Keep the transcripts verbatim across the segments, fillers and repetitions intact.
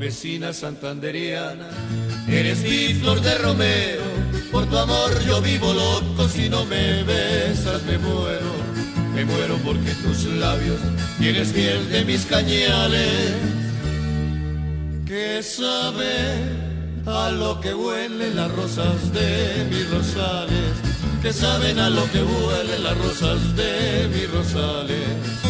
campesina santanderiana. Eres mi flor de romero, por tu amor yo vivo loco, si no me besas me muero, me muero porque tus labios tienes miel de mis cañales, que saben a lo que huelen las rosas de mis rosales, que saben a lo que huelen las rosas de mis rosales.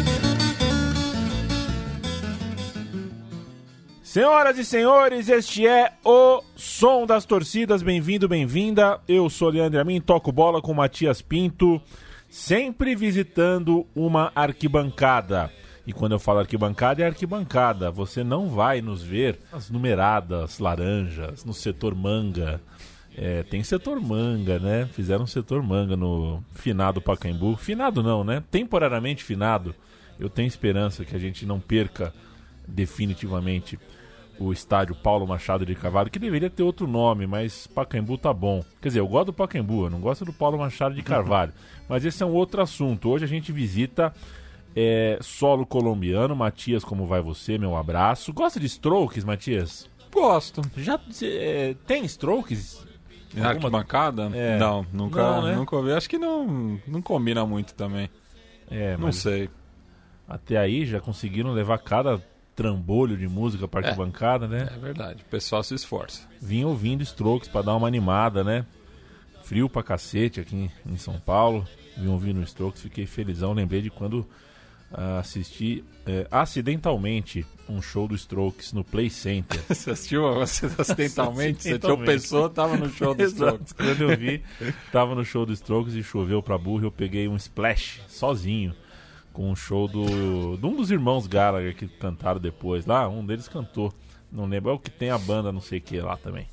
Senhoras e senhores, este é o Som das Torcidas, bem-vindo, bem-vinda. Eu sou Leandro Amin, toco bola com Matias Pinto, sempre visitando uma arquibancada. E quando eu falo arquibancada, é arquibancada. Você não vai nos ver as numeradas laranjas no setor manga. É, tem setor manga, né? Fizeram um setor manga no finado Pacaembu. Finado não, né? Temporariamente finado. Eu tenho esperança que a gente não perca definitivamente o estádio Paulo Machado de Carvalho, que deveria ter outro nome, mas Pacaembu tá bom. Quer dizer, eu gosto do Pacaembu, eu não gosto do Paulo Machado de Carvalho. Mas esse é um outro assunto. Hoje a gente visita é, solo colombiano. Matias, como vai você? Meu abraço. Gosta de Strokes, Matias? Gosto. Já é, tem Strokes? Alguma... Arquibancada? É. Não, nunca, não, né? Nunca ouvi. Acho que não, não combina muito também. É, não sei. Até aí já conseguiram levar cada trambolho de música para arquibancada, é, né? É verdade, o pessoal se esforça. Vim ouvindo Strokes para dar uma animada, né? Frio pra cacete aqui em, em São Paulo. Vim ouvindo Strokes, fiquei felizão. Lembrei de quando uh, assisti uh, acidentalmente um show do Strokes no Play Center. Você assistiu acidentalmente? Você tropeçou, tava no show do Strokes. Quando eu vi, tava no show do Strokes e choveu pra burro, eu peguei um splash sozinho com um show do, de um dos irmãos Gallagher que cantaram depois lá. Um deles cantou, não lembro, é o que tem a banda não sei o que lá também.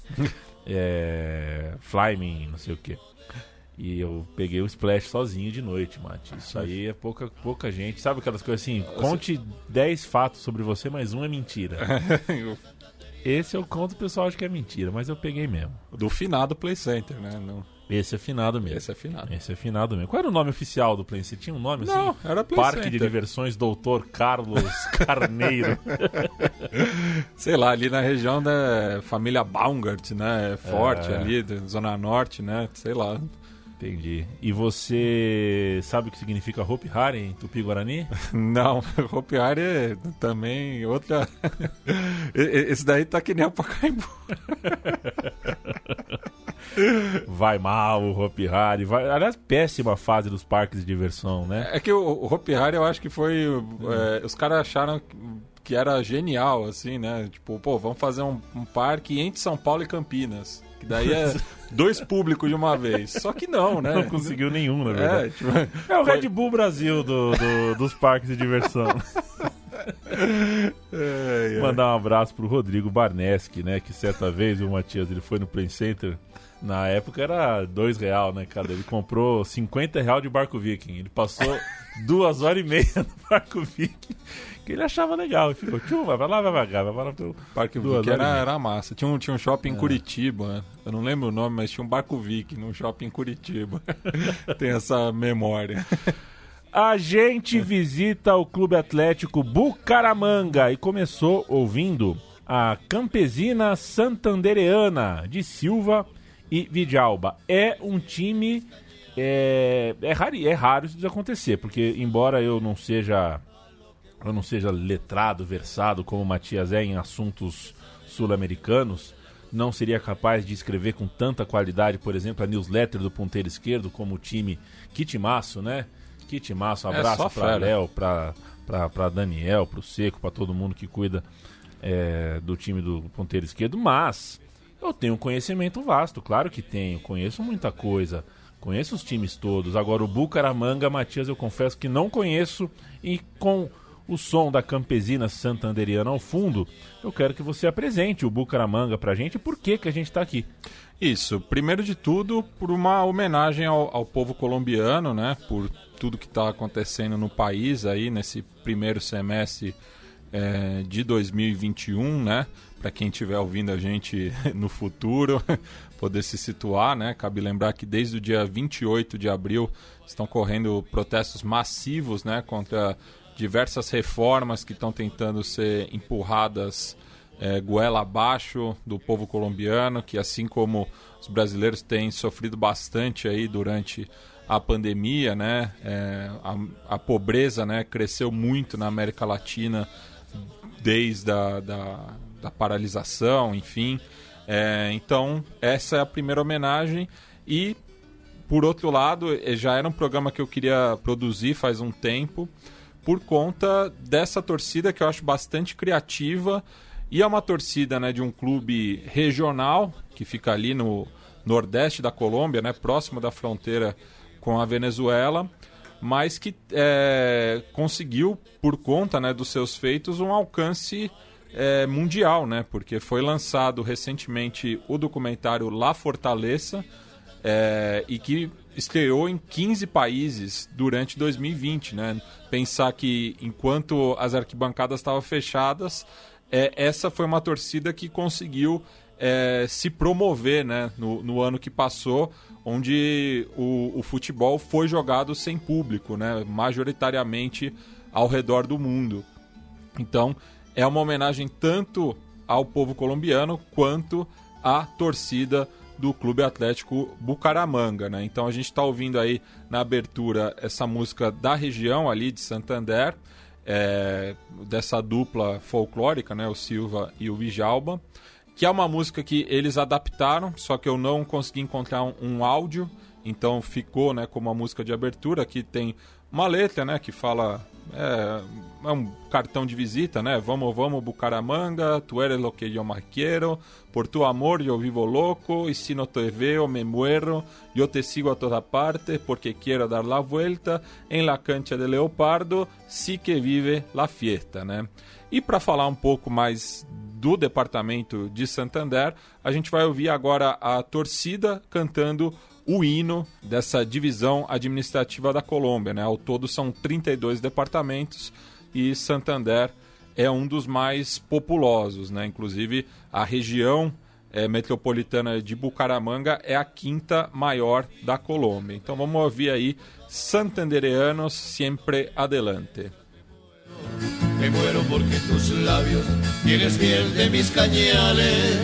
É, Fly Me, não sei o que. E eu peguei o splash sozinho de noite, Mate. Isso aí é pouca, pouca gente. Sabe aquelas coisas assim? Conte dez fatos sobre você, mas um é mentira. Esse eu conto, o pessoal acha que é mentira, mas eu peguei mesmo. Do finado Play Center, né? Não... Esse é finado mesmo. Esse é finado. Esse é finado mesmo. Qual era o nome oficial do Play Center? Tinha um nome Não, assim? Era Play Parque Center. de Diversões doutor Carlos Carneiro. Sei lá, ali na região da família Baumgart, né? É forte é. Ali, da Zona Norte, né? Sei lá. Entendi. E você sabe o que significa Hopi Hari em Tupi-Guarani? Não, Hopi Hari é também outra... Esse daí tá que nem o Pacaembu. Vai mal o Hopi Hari. Vai... Aliás, péssima fase dos parques de diversão, né? É que o, o Hopi Hari eu acho que foi... Hum. É, os caras acharam que era genial, assim, né? Tipo, pô, vamos fazer um, um parque entre São Paulo e Campinas. Que daí é dois públicos de uma vez. Só que não, né? Não conseguiu nenhum, na verdade. É, tipo, é o Red Bull Brasil do, do, dos parques de diversão. É, é. Mandar um abraço pro Rodrigo Barneski, né? Que certa vez o Matias ele foi no Play Center. Na época era dois real, né, cara? Ele comprou cinquenta real de Barco Viking. Ele passou duas horas e meia no Barco Viking, que ele achava legal. E ficou, tchum, vai lá, vai vagar, vai lá pro Barco Viking. Era, era massa. Tinha um, tinha um shopping em é. Curitiba, né? Eu não lembro o nome, mas tinha um Barco Viking num shopping em Curitiba. Tem essa memória. A gente visita o Clube Atlético Bucaramanga e começou ouvindo a Campesina Santandereana de Silva e Vidalba. É um time... É, é, raro, é raro isso de acontecer, porque embora eu não seja eu não seja letrado, versado como o Matias é em assuntos sul-americanos, não seria capaz de escrever com tanta qualidade, por exemplo, a newsletter do Ponteiro Esquerdo, como o time Que timaço, né? Que timaço, um abraço é para Léo, para Daniel, para o Seco, para todo mundo que cuida é, do time do Ponteiro Esquerdo, mas eu tenho um conhecimento vasto, claro que tenho, conheço muita coisa. Conheço os times todos. Agora o Bucaramanga, Matias, eu confesso que não conheço. E com o som da Campesina Santanderiana ao fundo, eu quero que você apresente o Bucaramanga pra gente e por que que a gente tá aqui. Isso, primeiro de tudo, por uma homenagem ao, ao povo colombiano, né? Por tudo que está acontecendo no país aí nesse primeiro semestre é, de dois mil e vinte e um, né? Para quem estiver ouvindo a gente no futuro, poder se situar, né? Cabe lembrar que desde o dia vinte e oito de abril estão correndo protestos massivos, né? Contra diversas reformas que estão tentando ser empurradas é, goela abaixo do povo colombiano, que assim como os brasileiros têm sofrido bastante aí durante a pandemia, né? É, a, a pobreza, né, cresceu muito na América Latina desde a da, da paralisação, enfim. É, então, essa é a primeira homenagem. E, por outro lado, já era um programa que eu queria produzir faz um tempo, por conta dessa torcida que eu acho bastante criativa. E é uma torcida, né, de um clube regional, que fica ali no nordeste da Colômbia, né, próximo da fronteira com a Venezuela, mas que é, conseguiu, por conta, né, dos seus feitos, um alcance é, mundial, né, porque foi lançado recentemente o documentário La Fortaleza, é, e que estreou em quinze países durante dois mil e vinte. Né? Pensar que, enquanto as arquibancadas estavam fechadas, é, essa foi uma torcida que conseguiu é, se promover, né, no, no ano que passou, onde o, o futebol foi jogado sem público, né, majoritariamente ao redor do mundo. Então, é uma homenagem tanto ao povo colombiano quanto à torcida do Clube Atlético Bucaramanga. Né? Então, a gente está ouvindo aí na abertura essa música da região ali de Santander, é, dessa dupla folclórica, né, o Silva e o Vijalba, que é uma música que eles adaptaram, só que eu não consegui encontrar um, um áudio, então ficou, né, como uma música de abertura. Aqui tem uma letra, né, que fala, é, é um cartão de visita, né, vamos, vamos Bucaramanga, tu eres lo que yo más quiero, por tu amor yo vivo loco, y si no te veo me muero, yo te sigo a toda parte, porque quiero dar la vuelta, en la cancha de Leopardo, sí que vive la fiesta, né. E para falar um pouco mais do departamento de Santander, a gente vai ouvir agora a torcida cantando o hino dessa divisão administrativa da Colômbia. Né? Ao todo são trinta e dois departamentos e Santander é um dos mais populosos. Né? Inclusive, a região é, metropolitana de Bucaramanga é a quinta maior da Colômbia. Então vamos ouvir aí Santandereanos Siempre Adelante. Me muero porque tus labios tienes miel de mis cañales.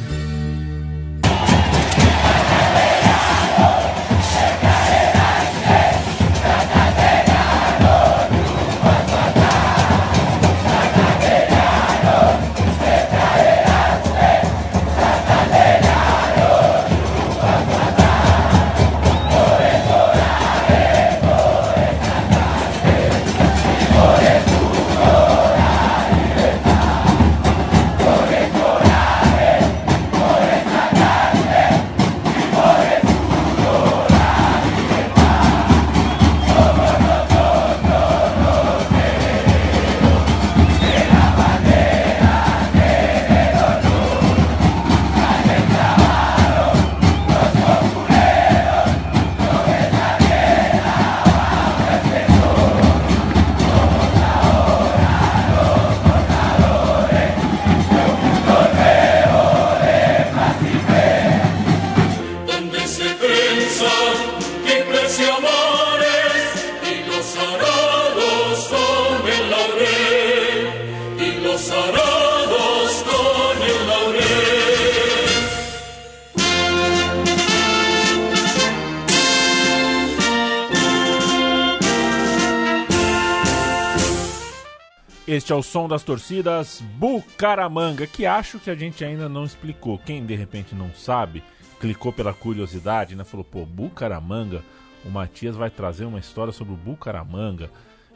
Este é o som das torcidas Bucaramanga, que acho que a gente ainda não explicou. Quem de repente não sabe, clicou pela curiosidade, né? Falou, pô, Bucaramanga, o Matias vai trazer uma história sobre o Bucaramanga.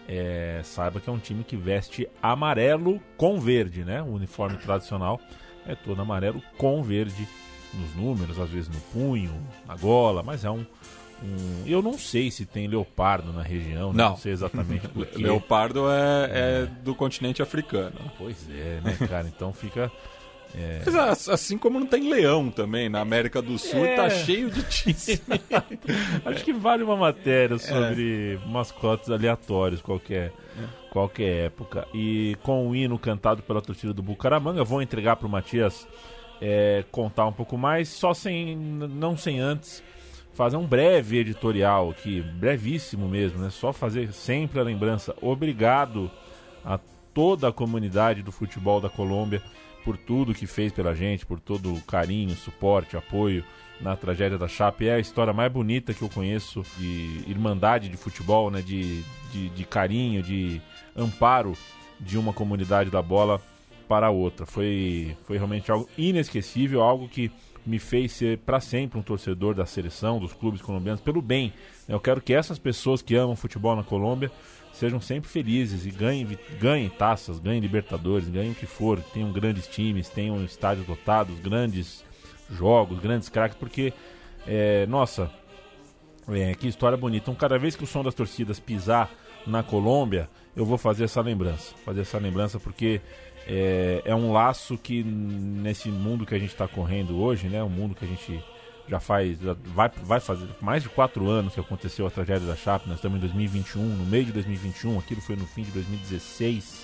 É, saiba que é um time que veste amarelo com verde, né? O uniforme tradicional é todo amarelo com verde nos números, às vezes no punho, na gola, mas é um... Um, eu não sei se tem leopardo na região, né? Não. Não sei exatamente por quê. Leopardo é, é do continente africano. Pois é, né, cara? Então fica... É... Mas, assim como não tem leão também na América do Sul, é... tá cheio de tice. Acho que vale uma matéria sobre é. mascotes aleatórios, qualquer, é. qualquer época. E com o hino cantado pela torcida do Bucaramanga, vou entregar pro Matias é, contar um pouco mais, só sem, não sem antes fazer um breve editorial aqui, brevíssimo mesmo, né? Só fazer sempre a lembrança. Obrigado a toda a comunidade do futebol da Colômbia por tudo que fez pela gente, por todo o carinho, suporte, apoio na tragédia da Chape. É a história mais bonita que eu conheço de irmandade de futebol, né? de, de, de carinho, de amparo de uma comunidade da bola para a outra. Foi, foi realmente algo inesquecível, algo que me fez ser para sempre um torcedor da seleção, dos clubes colombianos, pelo bem. Eu quero que essas pessoas que amam futebol na Colômbia sejam sempre felizes e ganhem, ganhem taças, ganhem Libertadores, ganhem o que for, tenham grandes times, tenham estádios lotados, grandes jogos, grandes craques, porque, é, nossa, é, que história bonita. Então, cada vez que o som das torcidas pisar na Colômbia, eu vou fazer essa lembrança, fazer essa lembrança porque é, é um laço que nesse mundo que a gente está correndo hoje, né, um mundo que a gente já faz, já vai, vai fazer mais de quatro anos que aconteceu a tragédia da Chape. Nós estamos em dois mil e vinte e um, no meio de dois mil e vinte e um, aquilo foi no fim de dois mil e dezesseis.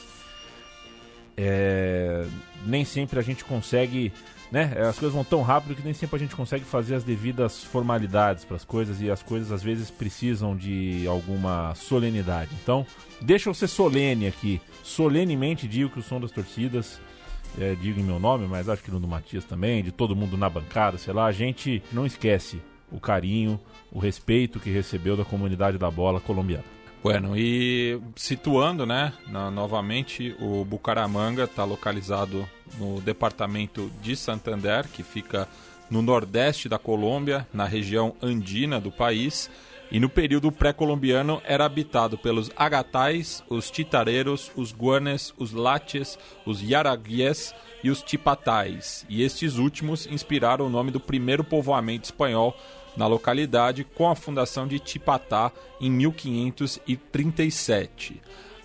É, nem sempre a gente consegue, né? As coisas vão tão rápido que nem sempre a gente consegue fazer as devidas formalidades para as coisas, e as coisas às vezes precisam de alguma solenidade. Então, deixa eu ser solene aqui. Solenemente digo que o som das torcidas, é, digo em meu nome, mas acho que no do Matias também, de todo mundo na bancada, sei lá, a gente não esquece o carinho, o respeito que recebeu da comunidade da bola colombiana. Bueno, e situando, né, na, novamente, o Bucaramanga está localizado no departamento de Santander, que fica no nordeste da Colômbia, na região andina do país, e no período pré-colombiano era habitado pelos agatais, os titareros, os guanes, os laches, os yaraguiés e os tipatais. E estes últimos inspiraram o nome do primeiro povoamento espanhol na localidade, com a fundação de Tipatá em mil quinhentos e trinta e sete.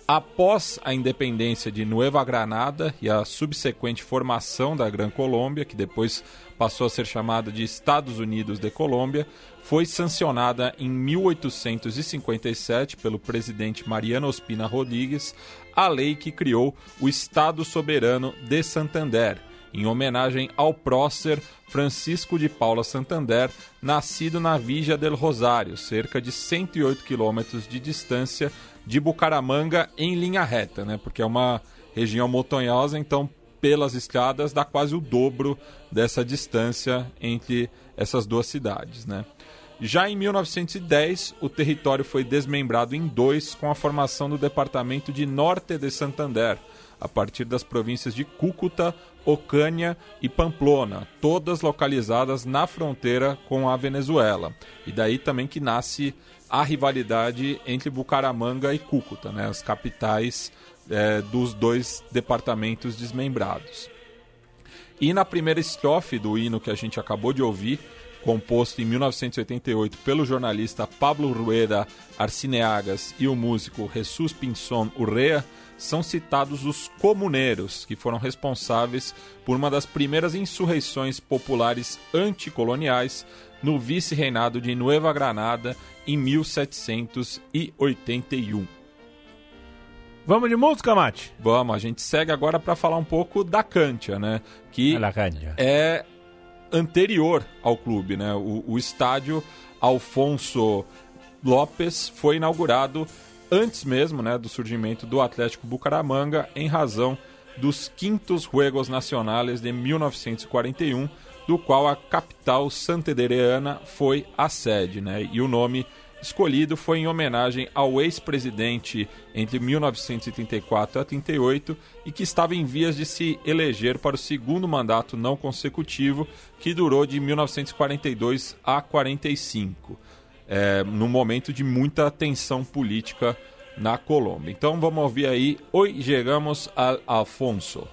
Após a independência de Nueva Granada e a subsequente formação da Gran Colômbia, que depois passou a ser chamada de Estados Unidos de Colômbia, foi sancionada em mil oitocentos e cinquenta e sete pelo presidente Mariano Ospina Rodrigues a lei que criou o Estado Soberano de Santander, em homenagem ao prócer Francisco de Paula Santander, nascido na Villa del Rosário, cerca de cento e oito quilômetros de distância de Bucaramanga, em linha reta, né? Porque é uma região montanhosa, então pelas estradas dá quase o dobro dessa distância entre essas duas cidades, né? Já em mil novecentos e dez, o território foi desmembrado em dois com a formação do departamento de Norte de Santander, a partir das províncias de Cúcuta, Ocânia e Pamplona, todas localizadas na fronteira com a Venezuela. E daí também que nasce a rivalidade entre Bucaramanga e Cúcuta, né, as capitais é, dos dois departamentos desmembrados. E na primeira estrofe do hino que a gente acabou de ouvir, composto em mil novecentos e oitenta e oito pelo jornalista Pablo Rueda Arcineagas e o músico Jesus Pinzón Urrea, são citados os comuneiros, que foram responsáveis por uma das primeiras insurreições populares anticoloniais no vice-reinado de Nueva Granada em mil setecentos e oitenta e um. Vamos de música, Mate? Vamos, a gente segue agora para falar um pouco da Cantia, né? Que é anterior ao clube, né? O, o estádio Alfonso López foi inaugurado antes mesmo, né, do surgimento do Atlético Bucaramanga, em razão dos quintos Juegos Nacionales de mil novecentos e quarenta e um, do qual a capital santandereana foi a sede, né? E o nome escolhido foi em homenagem ao ex-presidente entre mil novecentos e trinta e quatro a trinta e oito e que estava em vias de se eleger para o segundo mandato não consecutivo, que durou de mil novecentos e quarenta e dois a quarenta e cinco. É, num momento de muita tensão política na Colômbia. Então vamos ouvir aí Hoy Llegamos al Alfonso.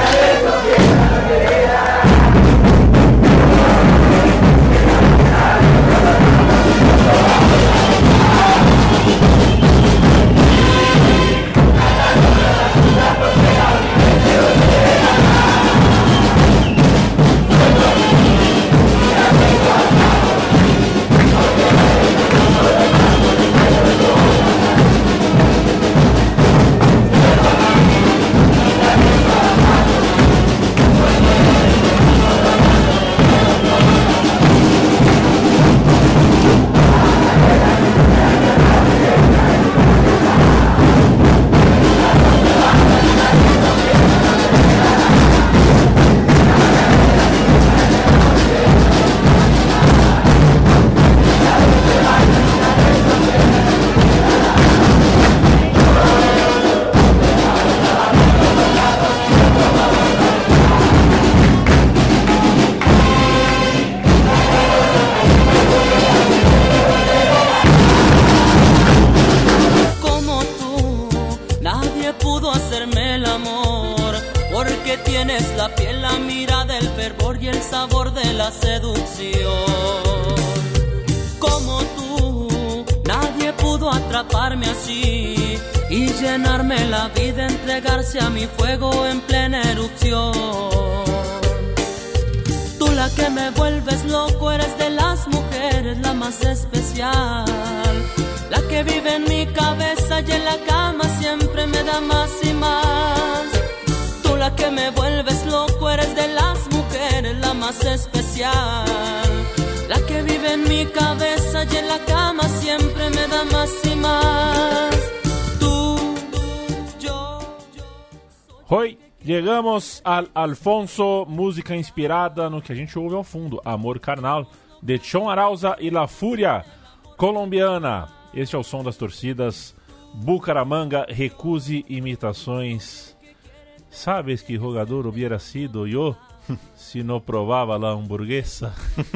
Yeah. la piel, la mirada, el fervor y el sabor de la seducción. Como tú, nadie pudo atraparme así y llenarme la vida, entregarse a mi fuego en plena erupción. Tú la que me vuelves loco, eres de las mujeres la más especial, la que vive en mi cabeza y en la cama siempre me da más y más. Tú la que me vuelves loco, eres de las mujeres la más especial, la que vive en mi cabeza y en la cama siempre me da más y más. Tú, yo, yo. Oi, chegamos al Alfonso, música inspirada no que a gente ouve ao fundo, Amor Carnal, de Chon Arauza e La Fúria colombiana. Este é o som das torcidas. Bucaramanga, recuse imitações. Sabes que jogador hubiera sido yo se não provava la hamburguesa?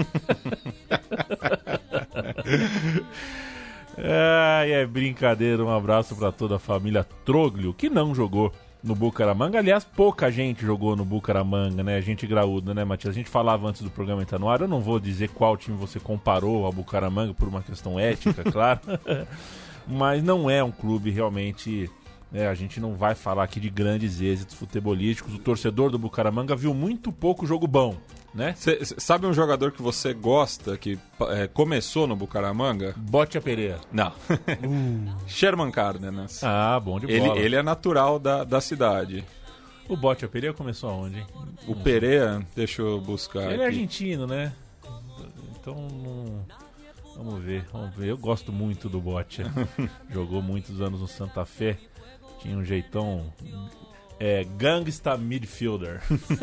Ai, é brincadeira. Um abraço para toda a família Troglio, que não jogou no Bucaramanga. Aliás, pouca gente jogou no Bucaramanga, né? Gente graúda, né, Matias? A gente falava antes do programa entrar no ar. Eu não vou dizer qual time você comparou ao Bucaramanga por uma questão ética, claro. Mas não é um clube realmente... É, a gente não vai falar aqui de grandes êxitos futebolísticos. O torcedor do Bucaramanga viu muito pouco jogo bom, né? Cê, cê sabe um jogador que você gosta, que é, começou no Bucaramanga? Botia Pereira. Não. uh. Sherman Cárdenas. Ah, bom de ele, bola. Ele é natural da, da cidade. O Botia Pereira começou aonde, hein? O hum. Pereira, deixa eu buscar Ele aqui. é argentino, né? Então, vamos ver, vamos ver. Eu gosto muito do Botia. Jogou muitos anos no Santa Fé. Tinha um jeitão é, gangsta midfielder.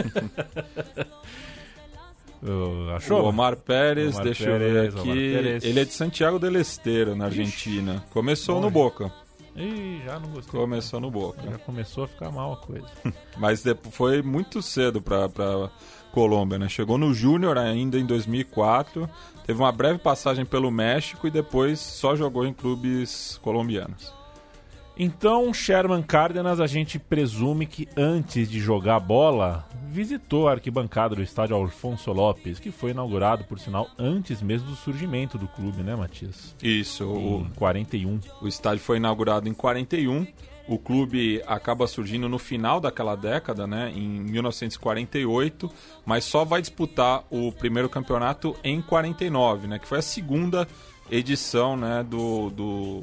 uh, achou? O Omar Pérez, Omar deixa Pérez, eu ver aqui. Ele é de Santiago del Estero, na Argentina. Ixi, começou bom, no Boca. Ih, já não gostei. Começou no Boca. Já começou a ficar mal a coisa. Mas foi muito cedo para para Colômbia, né? Chegou no Júnior ainda em dois mil e quatro. Teve uma breve passagem pelo México e depois só jogou em clubes colombianos. Então, Sherman Cárdenas, a gente presume que antes de jogar bola, visitou a arquibancada do estádio Alfonso López, que foi inaugurado, por sinal, antes mesmo do surgimento do clube, né, Matias? Isso. Em o, quarenta e um. O estádio foi inaugurado em quarenta e um. O clube acaba surgindo no final daquela década, né, em mil novecentos e quarenta e oito, mas só vai disputar o primeiro campeonato em quarenta e nove, né, que foi a segunda edição, né, do... do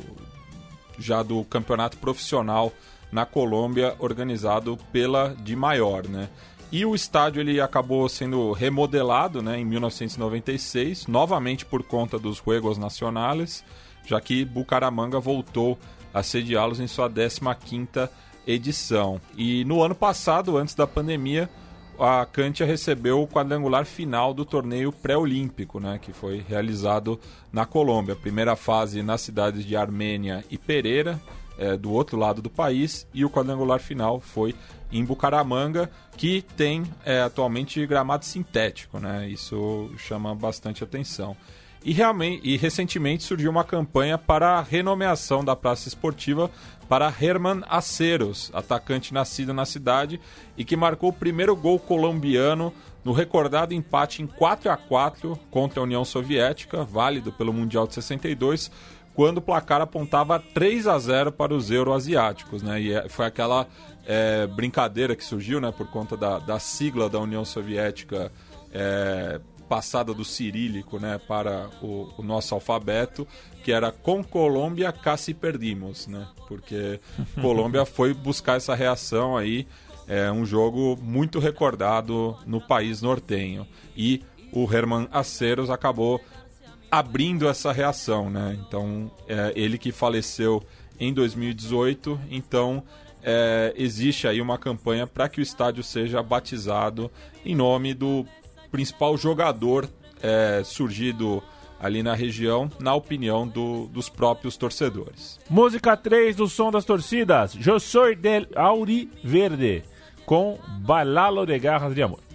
já do campeonato profissional na Colômbia, organizado pela DIMAYOR, né? E o estádio ele acabou sendo remodelado, né, em mil novecentos e noventa e seis, novamente por conta dos Juegos Nacionales, já que Bucaramanga voltou a sediá-los em sua décima quinta edição. E no ano passado, antes da pandemia, a Cantia recebeu o quadrangular final do torneio pré-olímpico, né, que foi realizado na Colômbia. A primeira fase nas cidades de Armênia e Pereira, é, do outro lado do país, e o quadrangular final foi em Bucaramanga, que tem é, atualmente gramado sintético, né? Isso chama bastante atenção. E, realmente, e recentemente surgiu uma campanha para a renomeação da praça esportiva para Herman Aceros, atacante nascido na cidade e que marcou o primeiro gol colombiano no recordado empate em quatro a quatro contra a União Soviética, válido pelo Mundial de sessenta e dois, quando o placar apontava três a zero para os euroasiáticos, né? E foi aquela é, brincadeira que surgiu, né, por conta da, da sigla da União Soviética, é, passada do cirílico, né, para o, o nosso alfabeto, que era com Colômbia casi perdimos, né? Porque Colômbia foi buscar essa reação aí, é um jogo muito recordado no país nortenho. E o Herman Aceros acabou abrindo essa reação, né? Então, é, ele que faleceu em dois mil e dezoito, então é, existe aí uma campanha para que o estádio seja batizado em nome do principal jogador é, surgido ali na região, na opinião do, dos próprios torcedores. Música três do Som das Torcidas, Eu Soy del Auri Verde, com Balalo de Garras de Amor.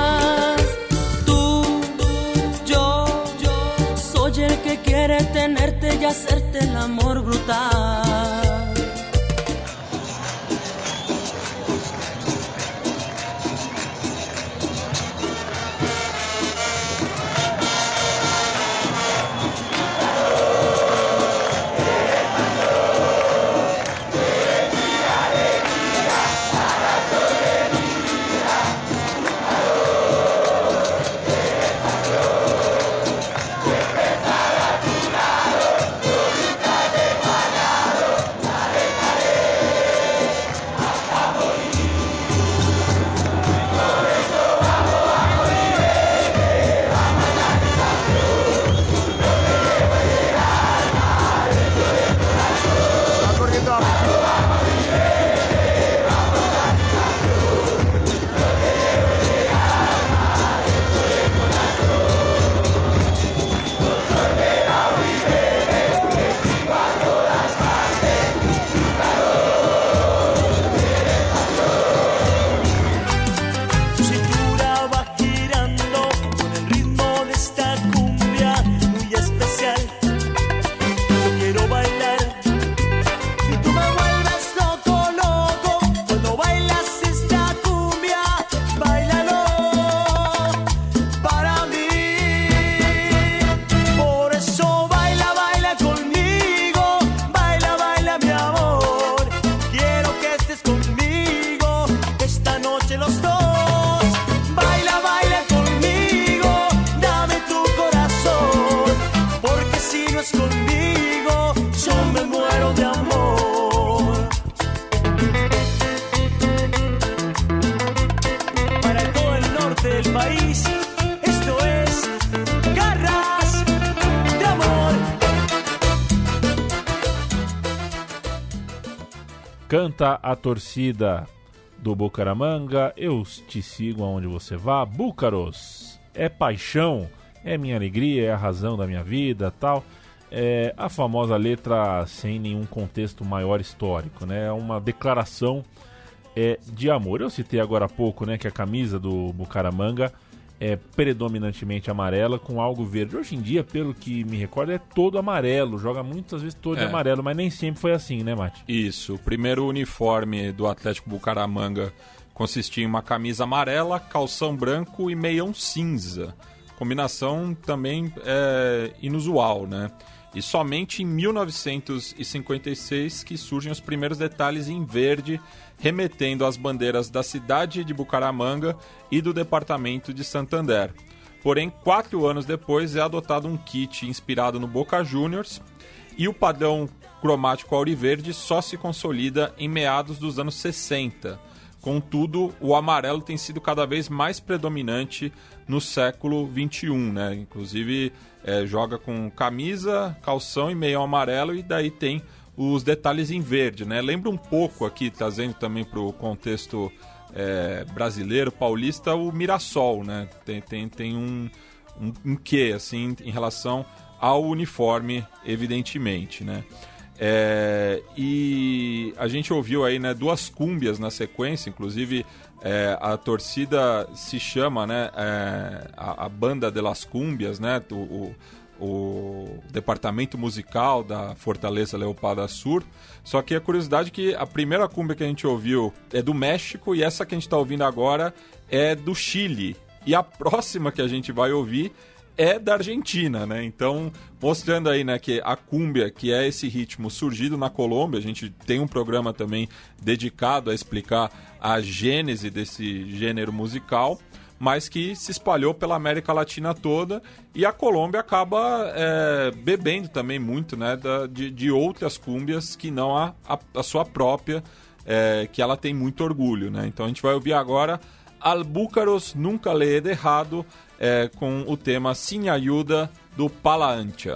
Tú, yo, yo, soy el que quiere tenerte y hacerte el amor brutal. Canta a torcida do Bucaramanga, eu te sigo aonde você vá. Búcaros, é paixão, é minha alegria, é a razão da minha vida, tal. É a famosa letra sem nenhum contexto maior histórico, né? É uma declaração é, de amor. Eu citei agora há pouco, né, que a camisa do Bucaramanga é predominantemente amarela com algo verde. Hoje em dia, pelo que me recordo, é todo amarelo. Joga muitas vezes todo é. de amarelo, mas nem sempre foi assim, né, Mate? Isso. O primeiro uniforme do Atlético Bucaramanga consistia em uma camisa amarela, calção branco e meião cinza. Combinação também é, inusual, né? E somente em mil novecentos e cinquenta e seis que surgem os primeiros detalhes em verde, remetendo às bandeiras da cidade de Bucaramanga e do departamento de Santander. Porém, quatro anos depois é adotado um kit inspirado no Boca Juniors e o padrão cromático auriverde só se consolida em meados dos anos sessenta. Contudo, o amarelo tem sido cada vez mais predominante no século vinte e um, né? Inclusive, é, joga com camisa, calção e meião amarelo, e daí tem os detalhes em verde, né? Lembra um pouco aqui, trazendo também para o contexto é, brasileiro, paulista, o Mirassol, né? Tem, tem, tem um, um, um quê, assim, em relação ao uniforme, evidentemente, né? É, e a gente ouviu aí, né, duas cúmbias na sequência, inclusive é, a torcida se chama, né, é, a, a Banda de las Cúmbias, né, o, o, o departamento musical da Fortaleza Leopada Sur. Só que a curiosidade é que a primeira cúmbia que a gente ouviu é do México e essa que a gente está ouvindo agora é do Chile. E a próxima que a gente vai ouvir é da Argentina, né? Então, mostrando aí, né, que a cúmbia, que é esse ritmo surgido na Colômbia, a gente tem um programa também dedicado a explicar a gênese desse gênero musical, mas que se espalhou pela América Latina toda, e a Colômbia acaba é, bebendo também muito, né, da, de, de outras cúmbias que não a, a, a sua própria, é, que ela tem muito orgulho, né? Então a gente vai ouvir agora Al Búcaros Nunca Le He Dejado, é, com o tema Sin Ayuda do Pala Ancha.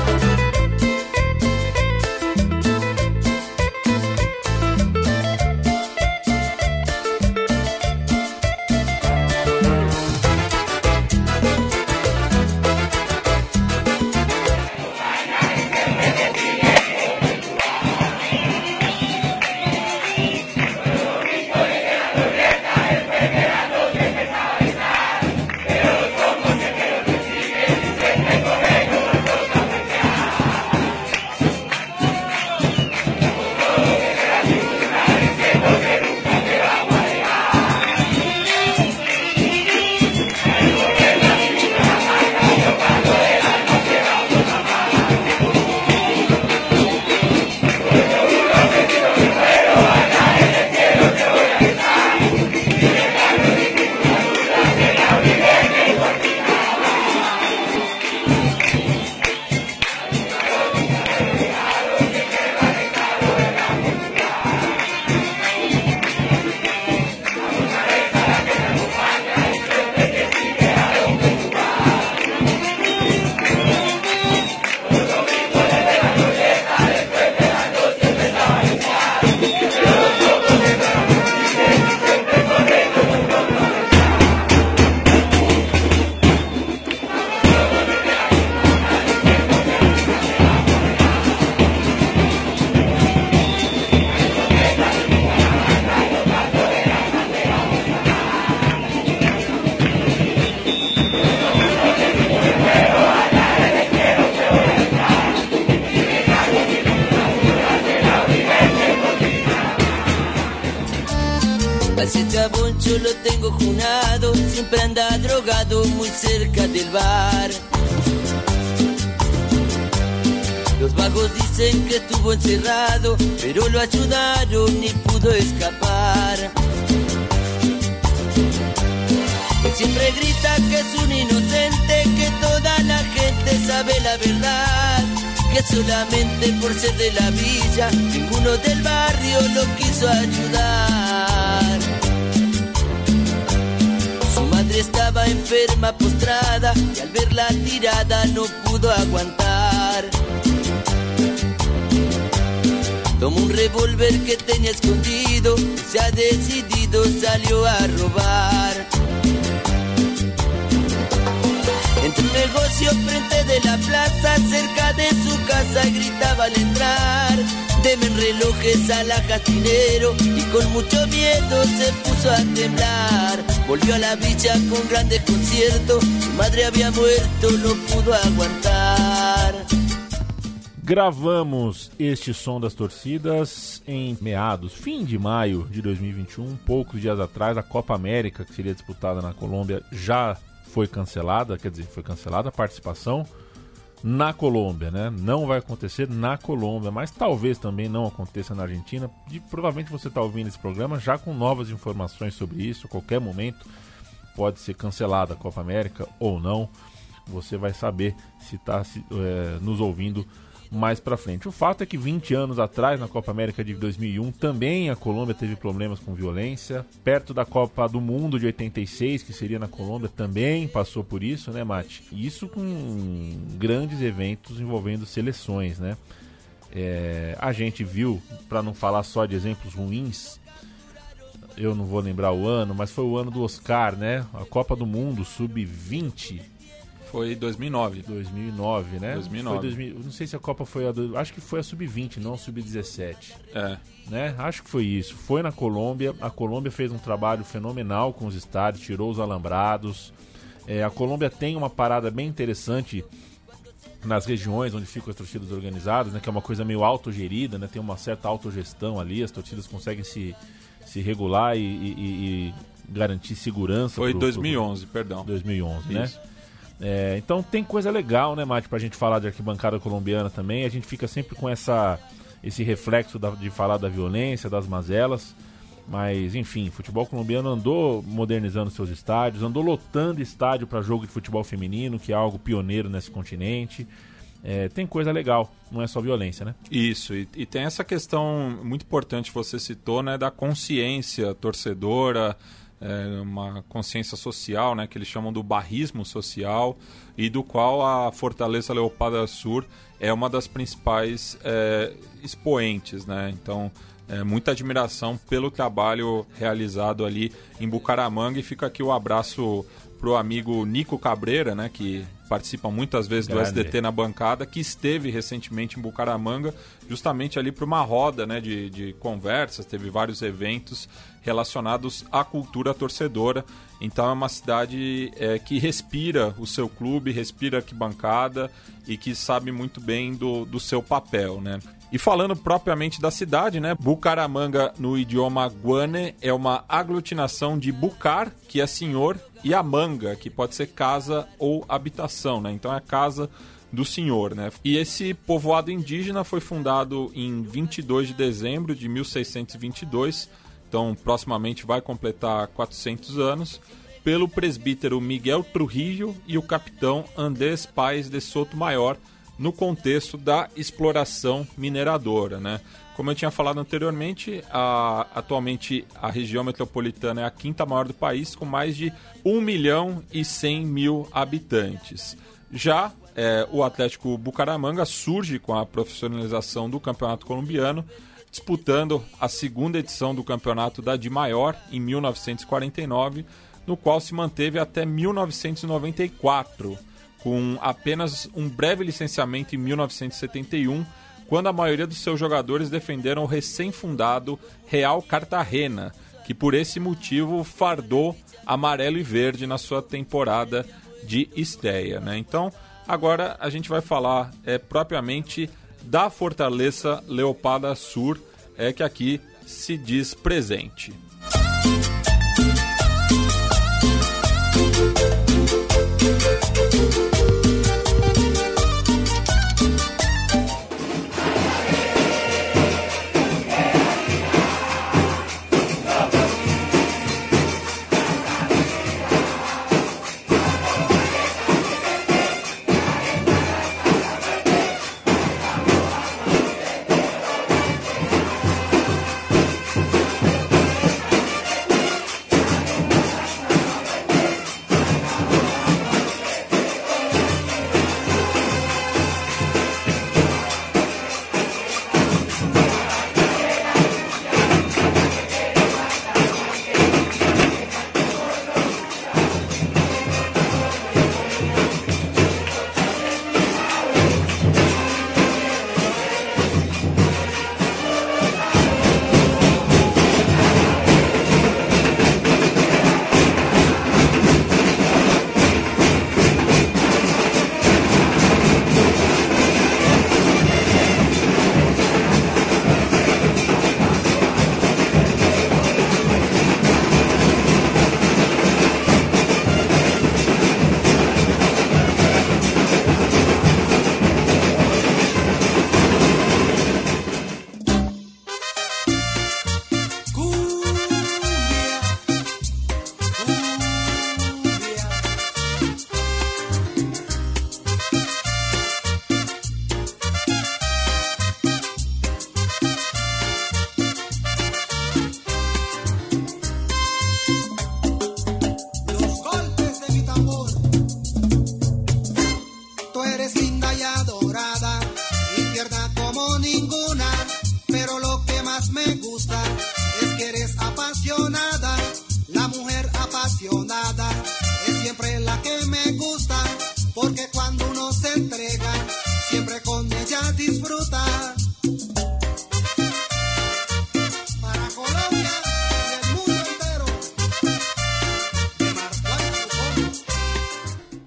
Ese chabón yo lo tengo junado, siempre anda drogado muy cerca del bar. Los vagos dicen que estuvo encerrado, pero lo ayudaron y pudo escapar. Él siempre grita que es un inocente, que toda la gente sabe la verdad, que solamente por ser de la villa, ninguno del barrio lo quiso ayudar. Su madre estaba enferma, postrada, y al verla tirada no pudo aguantar. tomó un revólver que tenía escondido, se ha decidido, salió a robar. Entre un negocio frente de la plaza, cerca de su casa gritaba al entrar: demen relojes alajastinero, y con mucho miedo se puso a temblar. Volvió a la villa con gran desconcierto, su madre había muerto, no pudo aguantar. Gravamos este som das torcidas em meados, fim de maio de dois mil e vinte e um, poucos dias atrás. A Copa América, que seria disputada na Colômbia, já foi cancelada, quer dizer, foi cancelada a participação na Colômbia, né? Não vai acontecer na Colômbia, mas talvez também não aconteça na Argentina. E provavelmente você está ouvindo esse programa já com novas informações sobre isso. A qualquer momento pode ser cancelada a Copa América ou não. Você vai saber se está é, nos ouvindo mais pra frente. O fato é que vinte anos atrás, na Copa América de dois mil e um, também a Colômbia teve problemas com violência. Perto da Copa do Mundo de oitenta e seis, que seria na Colômbia, também passou por isso, né, Mate? Isso com grandes eventos envolvendo seleções, né? É, a gente viu, para não falar só de exemplos ruins, eu não vou lembrar o ano, mas foi o ano do Oscar, né? A Copa do Mundo sub vinte. Foi dois mil e nove. dois mil e nove, né? dois mil e nove. Foi dois mil, não sei se a Copa foi a... Do, acho que foi a sub vinte, não a sub dezessete. É. Né? Acho que foi isso. Foi na Colômbia. A Colômbia fez um trabalho fenomenal com os estádios, tirou os alambrados. É, a Colômbia tem uma parada bem interessante nas regiões onde ficam as torcidas organizadas, né? Que é uma coisa meio autogerida, né? Tem uma certa autogestão ali. As torcidas conseguem se, se regular e, e, e garantir segurança. Foi pro, dois mil e onze, pro... perdão. dois mil e onze, isso. Né? É, então tem coisa legal, né, Mate, pra gente falar de arquibancada colombiana também. A gente fica sempre com essa, esse reflexo da, de falar da violência, das mazelas. Mas, enfim, futebol colombiano andou modernizando seus estádios, andou lotando estádio para jogo de futebol feminino, que é algo pioneiro nesse continente. É, tem coisa legal, não é só violência, né? Isso, e, e tem essa questão muito importante que você citou, né, da consciência torcedora, é, uma consciência social, né, que eles chamam do barrismo social, e do qual a Fortaleza Leopada Sur é uma das principais é, expoentes, né? Então, é, muita admiração pelo trabalho realizado ali em Bucaramanga, e fica aqui o abraço pro amigo Nico Cabreira, né, que participa muitas vezes do Grande. S D T na bancada, que esteve recentemente em Bucaramanga, justamente ali para uma roda, né, de, de conversas, teve vários eventos relacionados à cultura torcedora. Então é uma cidade é, que respira o seu clube, respira a arquibancada e que sabe muito bem do, do seu papel, né? E falando propriamente da cidade, né, Bucaramanga no idioma guane é uma aglutinação de bucar, que é senhor, e a manga, que pode ser casa ou habitação, né? Então é a casa do senhor, né? E esse povoado indígena foi fundado em vinte e dois de dezembro de mil seiscentos e vinte e dois, então proximamente vai completar quatrocentos anos, pelo presbítero Miguel Trujillo e o capitão Andrés Páez de Sotomayor, no contexto da exploração mineradora, né? Como eu tinha falado anteriormente, a, atualmente a região metropolitana é a quinta maior do país, com mais de um milhão e cem mil habitantes. Já é, o Atlético Bucaramanga surge com a profissionalização do Campeonato Colombiano, disputando a segunda edição do Campeonato da Dimaior em mil novecentos e quarenta e nove, no qual se manteve até mil novecentos e noventa e quatro, com apenas um breve licenciamento em mil novecentos e setenta e um, quando a maioria dos seus jogadores defenderam o recém-fundado Real Cartagena, que por esse motivo fardou amarelo e verde na sua temporada de estreia, né? Então, agora a gente vai falar é, propriamente da Fortaleza Leopada Sur, é, que aqui se diz presente.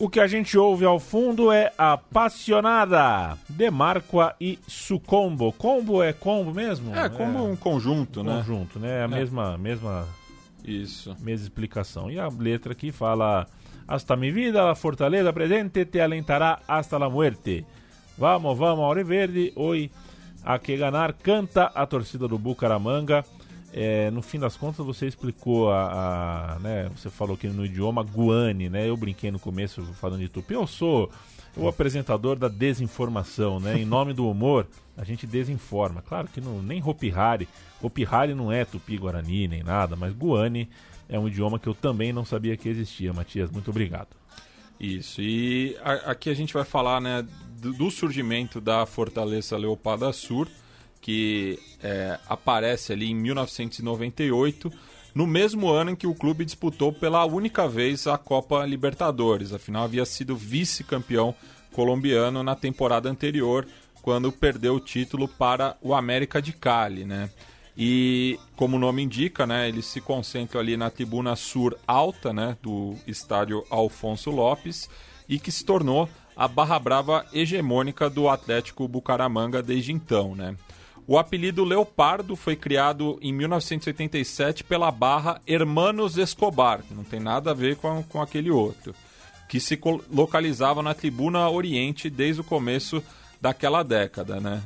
O que a gente ouve ao fundo é Apaixonada, de Marqua e Sucombo. Combo é combo mesmo? É, combo é um conjunto, né? Conjunto, né? A é. mesma, mesma, Isso. mesma explicação. E a letra aqui fala: Hasta mi vida, la fortaleza presente te alentará hasta la muerte. Vamos, vamos, Auriverde, oi, a que ganar, canta a torcida do Bucaramanga. É, no fim das contas você explicou a, a né, você falou aqui no idioma guane, né? Eu brinquei no começo falando de tupi. Eu sou o apresentador da desinformação, né? Em nome do humor, a gente desinforma. Claro que não, nem Hopi Hari, Hopi Hari não é tupi-guarani nem nada, mas guane é um idioma que eu também não sabia que existia. Matias, muito obrigado. Isso, e a, aqui a gente vai falar, né, do, do surgimento da Fortaleza Leopada Sur, que é, aparece ali em mil novecentos e noventa e oito, no mesmo ano em que o clube disputou pela única vez a Copa Libertadores. Afinal, havia sido vice-campeão colombiano na temporada anterior, quando perdeu o título para o América de Cali, né? E, como o nome indica, né, ele se concentra ali na tribuna sur alta, né, do estádio Alfonso Lopes, e que se tornou a barra brava hegemônica do Atlético Bucaramanga desde então, né? O apelido Leopardo foi criado em mil novecentos e oitenta e sete pela barra Hermanos Escobar, que não tem nada a ver com, com aquele outro, que se localizava na tribuna oriente desde o começo daquela década, né?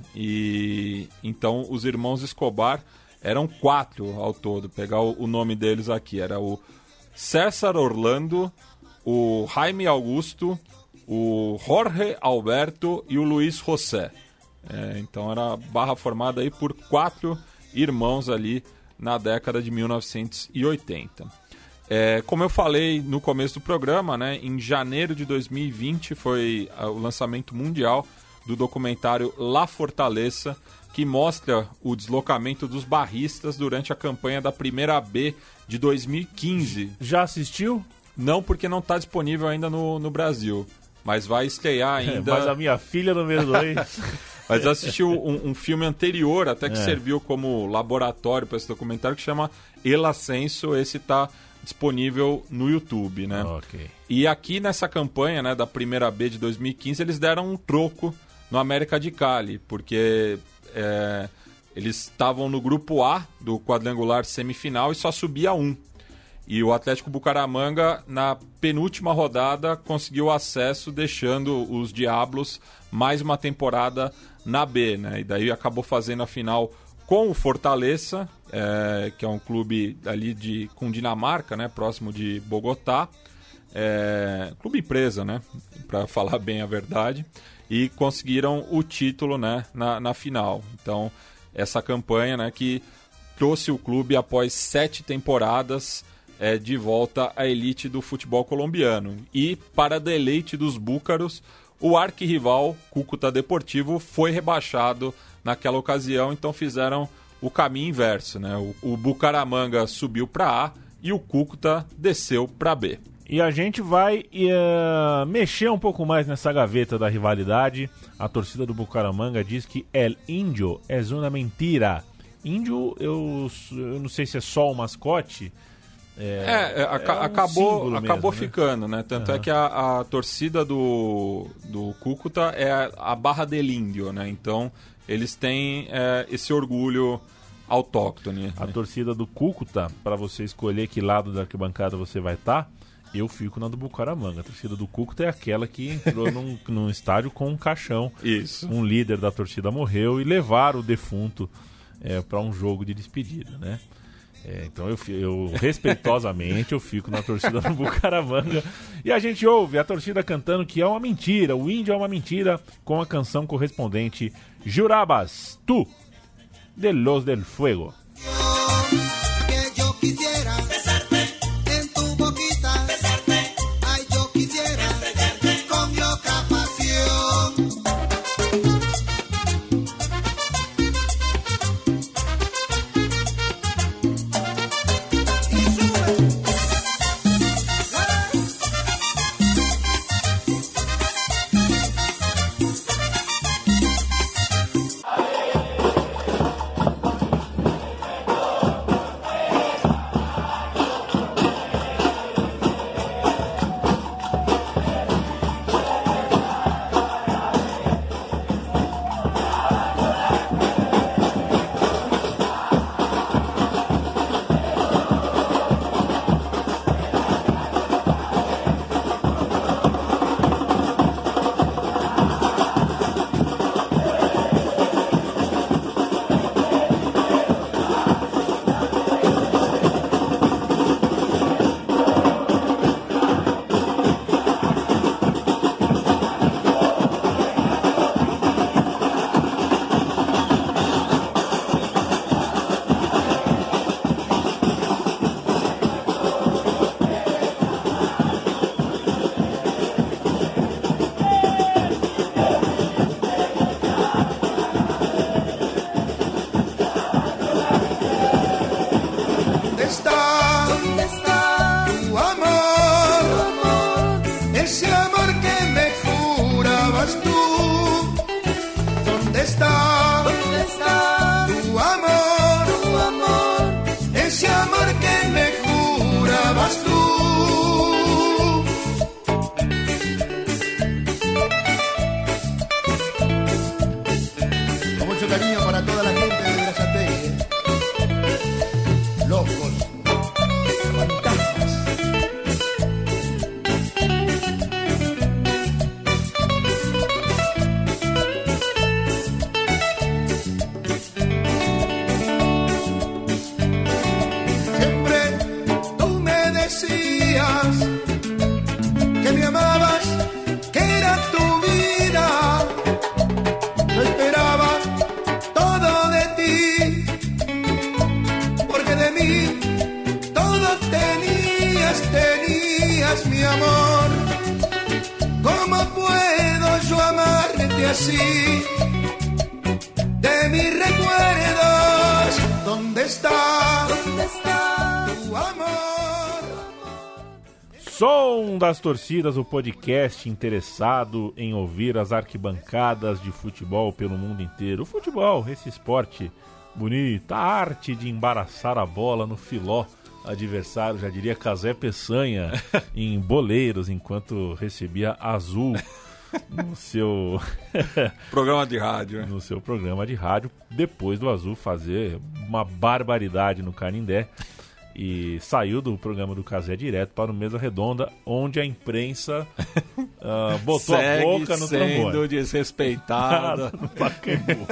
E então os irmãos Escobar eram quatro ao todo, pegar o, o nome deles aqui, era o César Orlando, o Jaime Augusto, o Jorge Alberto e o Luiz José. É, então era barra formada aí por quatro irmãos ali na década de mil novecentos e oitenta. É, como eu falei no começo do programa, né, em janeiro de dois mil e vinte foi o lançamento mundial do documentário La Fortaleza, que mostra o deslocamento dos barristas durante a campanha da Primeira B de dois mil e quinze. Já assistiu? Não, porque não está disponível ainda no, no Brasil, mas vai estrear ainda... É, mas a minha filha número dois... Mas eu assisti um, um filme anterior, até que é. serviu como laboratório para esse documentário, que chama El Ascenso. Esse está disponível no YouTube, né? Okay. E aqui nessa campanha, né, da Primeira B de dois mil e quinze, eles deram um troco no América de Cali, porque é, eles estavam no grupo A do quadrangular semifinal e só subia um. E o Atlético Bucaramanga, na penúltima rodada, conseguiu acesso, deixando os Diablos mais uma temporada na B, né? E daí acabou fazendo a final com o Fortaleza, é, que é um clube ali de Cundinamarca, né? Próximo de Bogotá. É, clube empresa, né? Para falar bem a verdade. E conseguiram o título, né? na, na final. Então, essa campanha, né, que trouxe o clube após sete temporadas é, de volta à elite do futebol colombiano. E, para deleite dos búcaros, o arquirrival Cúcuta Deportivo foi rebaixado naquela ocasião, então fizeram o caminho inverso, né? O, o Bucaramanga subiu para A e o Cúcuta desceu para B. E a gente vai uh, mexer um pouco mais nessa gaveta da rivalidade. A torcida do Bucaramanga diz que El Índio é uma mentira. Índio, eu, eu não sei se é só o mascote. É, é, aca- é um acabou, acabou mesmo, ficando, né? Tanto uhum. é que a, a torcida do, do Cúcuta é a, a Barra del Índio, né? Então, eles têm é, esse orgulho autóctone. A né? torcida do Cúcuta, para você escolher que lado da arquibancada você vai estar, tá, eu fico na do Bucaramanga. A torcida do Cúcuta é aquela que entrou num, num estádio com um caixão. Isso. Um líder da torcida morreu e levaram o defunto é, para um jogo de despedida, né? É, então eu, eu respeitosamente eu fico na torcida do Bucaramanga. E a gente ouve a torcida cantando que é uma mentira, o índio é uma mentira, com a canção correspondente Jurabas, tu, de Los del Fuego. nací, de mis recuerdos, ¿dónde está, ¿dónde está tu amor? Som das Torcidas, o podcast interessado em ouvir as arquibancadas de futebol pelo mundo inteiro. O futebol, esse esporte bonito, a arte de embaraçar a bola no filó adversário, já diria Casé Peçanha, em Boleiros, enquanto recebia Azul no seu programa de rádio, né? no seu programa de rádio, depois do Azul fazer uma barbaridade no Canindé, e saiu do programa do Casé direto para o Mesa Redonda, onde a imprensa uh, botou Segue a boca no trombone. sendo desrespeitada no Pacaembu.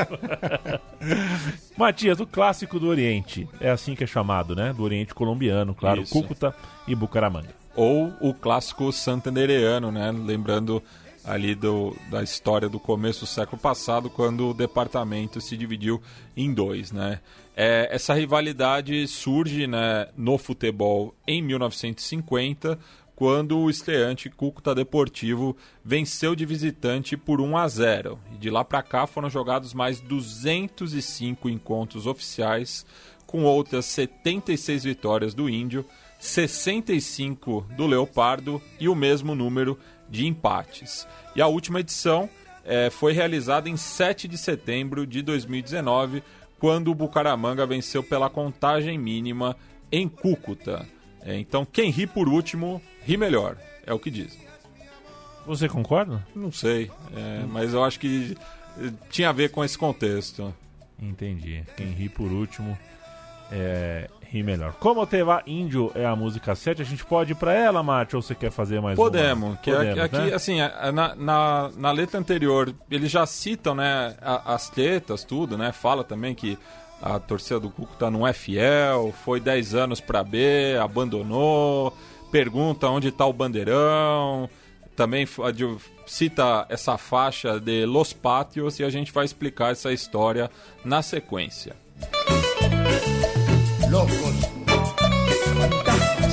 Matias, o clássico do Oriente, é assim que é chamado, né? Do Oriente colombiano, claro, Isso. Cúcuta e Bucaramanga. Ou o clássico santandereano, né? Lembrando ali do, da história do começo do século passado, quando o departamento se dividiu em dois, né? É, essa rivalidade surge, né, no futebol em mil novecentos e cinquenta, quando o estreante Cúcuta Deportivo venceu de visitante por um a zero. E de lá para cá foram jogados mais duzentos e cinco encontros oficiais, com outras setenta e seis vitórias do Índio, sessenta e cinco do Leopardo e o mesmo número de empates. E a última edição é, foi realizada em sete de setembro de dois mil e dezenove, quando o Bucaramanga venceu pela contagem mínima em Cúcuta. É, então, quem ri por último, ri melhor, é o que dizem. Você concorda? Não sei, é, mas eu acho que tinha a ver com esse contexto. Entendi. Quem ri por último é, ri melhor. Como te va, Índio, é a música sete. A gente pode ir pra ela, Mate, ou você quer fazer mais Podemos, uma? que Podemos, aqui, né? assim, na, na, na letra anterior, eles já citam, né, as tretas, tudo, né? Fala também que a torcida do Cúcuta não é fiel, foi dez anos pra B, abandonou, pergunta onde tá o bandeirão, também cita essa faixa de Los Pátios, e a gente vai explicar essa história na sequência. Locos, fantasmas.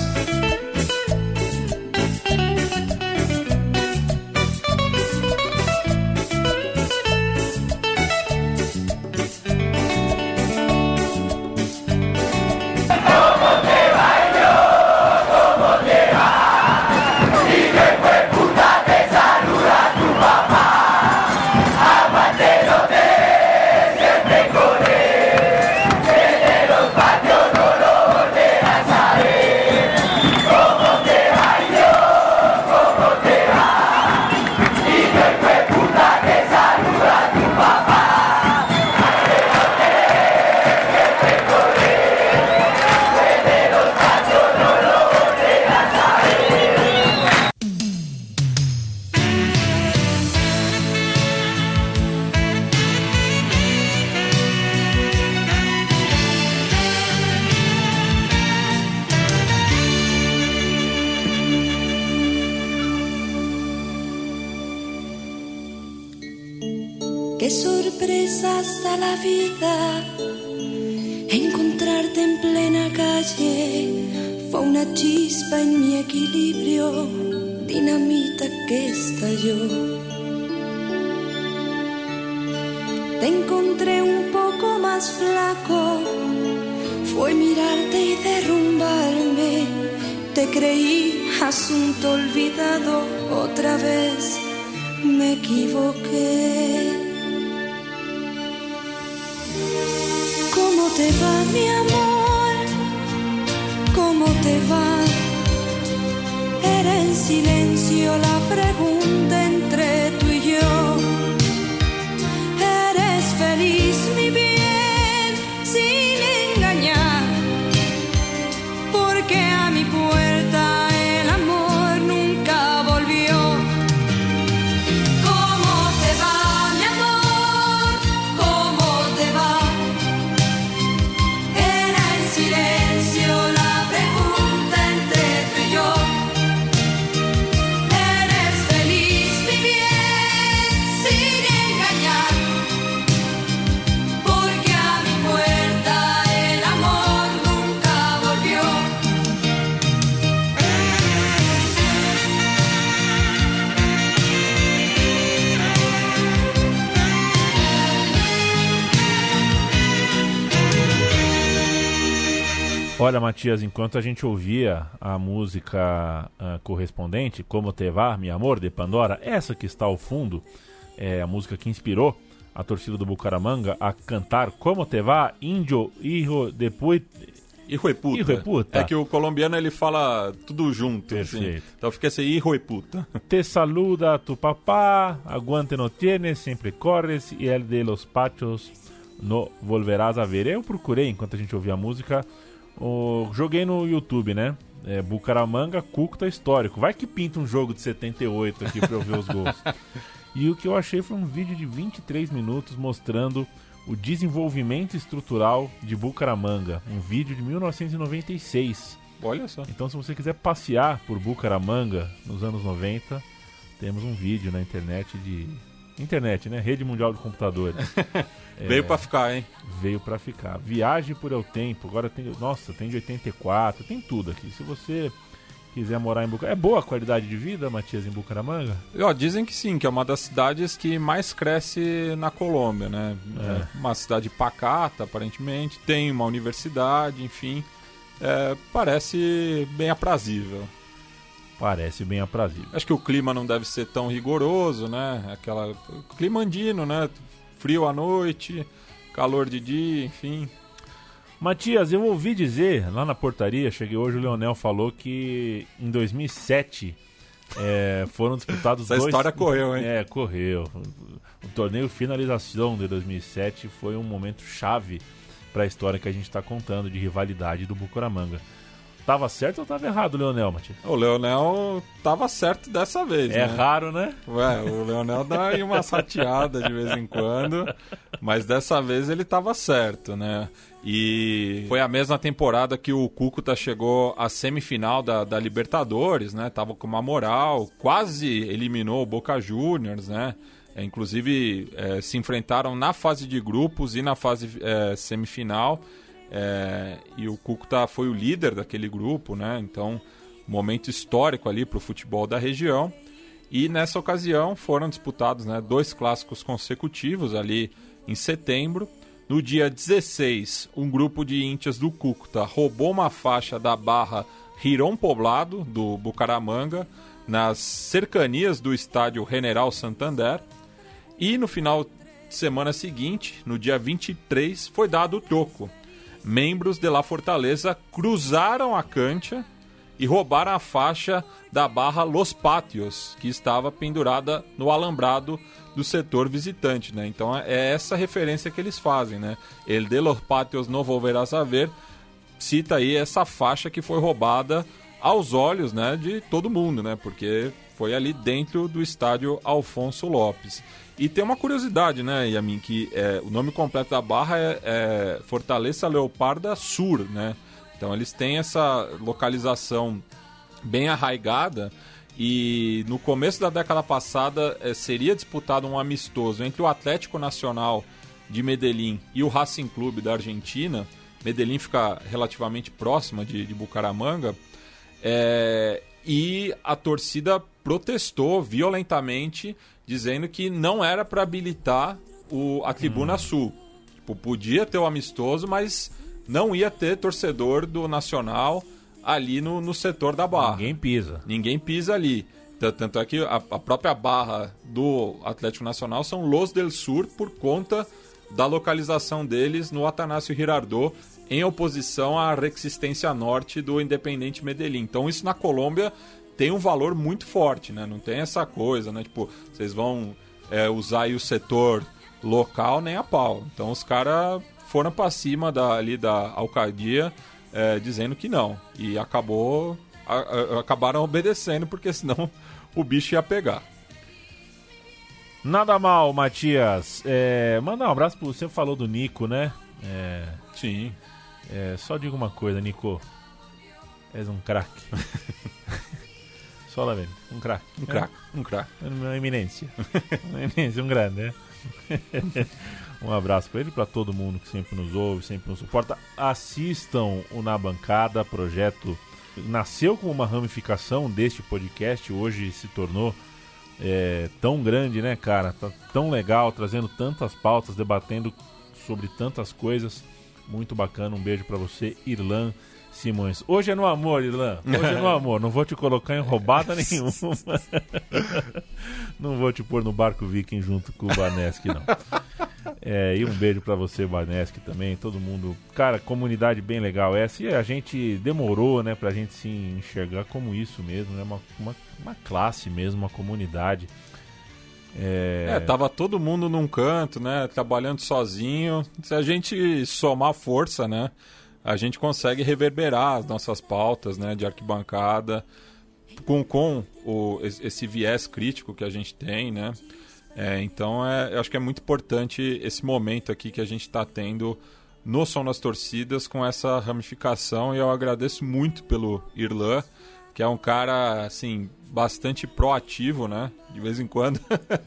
Qué sorpresas da la vida, encontrarte en plena calle fue una chispa en mi equilibrio, dinamita que estalló. Te encontré un poco más flaco, fue mirarte y derrumbarme, te creí asunto olvidado, otra vez me equivoqué. ¿Cómo te va, mi amor? ¿Cómo te va? Era en silencio la pregunta entre tú y yo. ¿Eres feliz, mi bien, sin engañar? Porque a mi puerta el amor nunca volvió. ¿Cómo te va, mi amor? ¿Cómo te va? Era en silencio la pregunta entre tú y yo. ¿Eres feliz, mi bien? Olha, Matias, enquanto a gente ouvia a música uh, correspondente, Como Te Va, Mi Amor, de Pandora, essa que está ao fundo, é a música que inspirou a torcida do Bucaramanga a cantar Como Te Va, Índio, Hijo de Puta. Hijo de puta. Hijo de puta. É que o colombiano ele fala tudo junto. Perfeito. Assim. Então fica assim, hijo de puta. Te saluda tu papá, aguante no tienes, sempre corres, e el de los pachos no volverás a ver. Eu procurei, enquanto a gente ouvia a música, o... joguei no YouTube, né? É, Bucaramanga, Cúcuta histórico. Vai que pinta um jogo de setenta e oito aqui pra eu ver os gols. E o que eu achei foi um vídeo de vinte e três minutos mostrando o desenvolvimento estrutural de Bucaramanga. Um vídeo de mil novecentos e noventa e seis. Olha só. Então, se você quiser passear por Bucaramanga nos anos noventa, temos um vídeo na internet de... Internet, né? Rede Mundial de Computadores. é... Veio pra ficar, hein? Veio pra ficar. Viagem por El Tempo. Agora tem... Nossa, tem de oitenta e quatro. Tem tudo aqui. Se você quiser morar em Bucaramanga... É boa a qualidade de vida, Matias, em Bucaramanga? Ó, dizem que sim, que é uma das cidades que mais cresce na Colômbia, né? É. É uma cidade pacata, aparentemente. Tem uma universidade, enfim. É, parece bem aprazível. Parece bem aprazível. Acho que o clima não deve ser tão rigoroso, né? Aquela... Clima andino, né? Frio à noite, calor de dia, enfim... Matias, eu ouvi dizer, lá na portaria, cheguei hoje, o Leonel falou que em dois mil e sete é, foram disputados Essa dois... Essa história correu, hein? É, correu. O torneio Finalização de dois mil e sete foi um momento chave para a história que a gente está contando de rivalidade do Bucaramanga. Tava certo ou tava errado, Leonel, Matias? O Leonel tava certo dessa vez, É né? raro, né? Ué, o Leonel dá aí uma sateada de vez em quando, mas dessa vez ele tava certo, né? E foi a mesma temporada que o Cúcuta chegou à semifinal da, da Libertadores, né? Tava com uma moral, quase eliminou o Boca Juniors, né? É, inclusive, é, se enfrentaram na fase de grupos e na fase é, semifinal. É, e o Cúcuta foi o líder daquele grupo, né? Então, momento histórico ali para o futebol da região. E nessa ocasião foram disputados, né, dois clássicos consecutivos ali em setembro. No dia dezesseis, um grupo de íntias do Cúcuta roubou uma faixa da barra Riron Poblado, do Bucaramanga, nas cercanias do estádio General Santander. E no final de semana seguinte, no dia vinte e três, foi dado o troco. Membros de La Fortaleza cruzaram a cancha e roubaram a faixa da barra Los Pátios, que estava pendurada no alambrado do setor visitante, né? Então é essa referência que eles fazem, né? El de los Pátios no volverás a ver, cita aí essa faixa que foi roubada aos olhos, né, de todo mundo, né? Porque foi ali dentro do estádio Alfonso Lopes. E tem uma curiosidade, né, Yamin, que é, o nome completo da barra é, é Fortaleza Leoparda Sur, né? Então eles têm essa localização bem arraigada e no começo da década passada é, seria disputado um amistoso entre o Atlético Nacional de Medellín e o Racing Clube da Argentina. Medellín fica relativamente próxima de, de Bucaramanga. É, e a torcida protestou violentamente, dizendo que não era para habilitar o, a Tribuna hum. Sul. Tipo, podia ter o amistoso, mas não ia ter torcedor do Nacional ali no, no setor da barra. Ninguém pisa. Ninguém pisa ali. Tanto é que a, a própria barra do Atlético Nacional são Los del Sur por conta da localização deles no Atanásio Girardot, em oposição à Resistência Norte do Independente Medellín. Então isso na Colômbia tem um valor muito forte, né? Não tem essa coisa, né? Tipo, vocês vão é, usar aí o setor local nem a pau. Então os caras foram para cima da, ali da alcaldia é, dizendo que não. E acabou, a, a, acabaram obedecendo, porque senão o bicho ia pegar. Nada mal, Matias. É, mandar um abraço pro... Você falou do Nico, né? É, Sim. É, só digo uma coisa, Nico. És um craque. Só lá mesmo. Um craque. Um craque. Um craque. Uma eminência. Uma eminência, um grande, né? Um abraço para ele e para todo mundo que sempre nos ouve, sempre nos suporta. Assistam o Na Bancada, projeto nasceu como uma ramificação deste podcast, hoje se tornou é, tão grande, né, cara? Tá tão legal, trazendo tantas pautas, debatendo sobre tantas coisas. muito bacana. Um beijo pra você, Irlan Simões. Hoje é no amor, Irlan. Hoje é no amor. Não vou te colocar em roubada nenhuma. Não vou te pôr no barco viking junto com o Baneschi, não. É, e um beijo pra você, Baneschi, também. Todo mundo. Cara, comunidade bem legal essa. E a gente demorou, né, pra gente se enxergar como isso mesmo, né? Uma, uma, uma classe mesmo, uma comunidade. É... é, tava todo mundo num canto, né, trabalhando sozinho. Se a gente somar força, né, a gente consegue reverberar as nossas pautas, né, de arquibancada com, com o, esse viés crítico que a gente tem, né. É, então, é, eu acho que é muito importante esse momento aqui que a gente está tendo no Som das Torcidas com essa ramificação, e eu agradeço muito pelo Irlan, que é um cara, assim, bastante proativo, né? De vez em quando.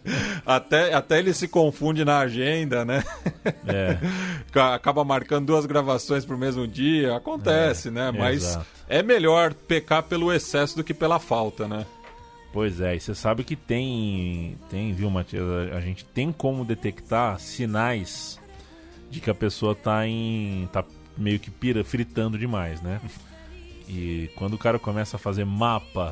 até, até ele se confunde na agenda, né? É. Acaba marcando duas gravações pro mesmo dia. Acontece, é, né? Mas exato. É melhor pecar pelo excesso do que pela falta, né? Pois é, e você sabe que tem, tem, viu, Matias? A gente tem como detectar sinais de que a pessoa tá em. tá meio que pira, fritando demais, né? E quando o cara começa a fazer mapa,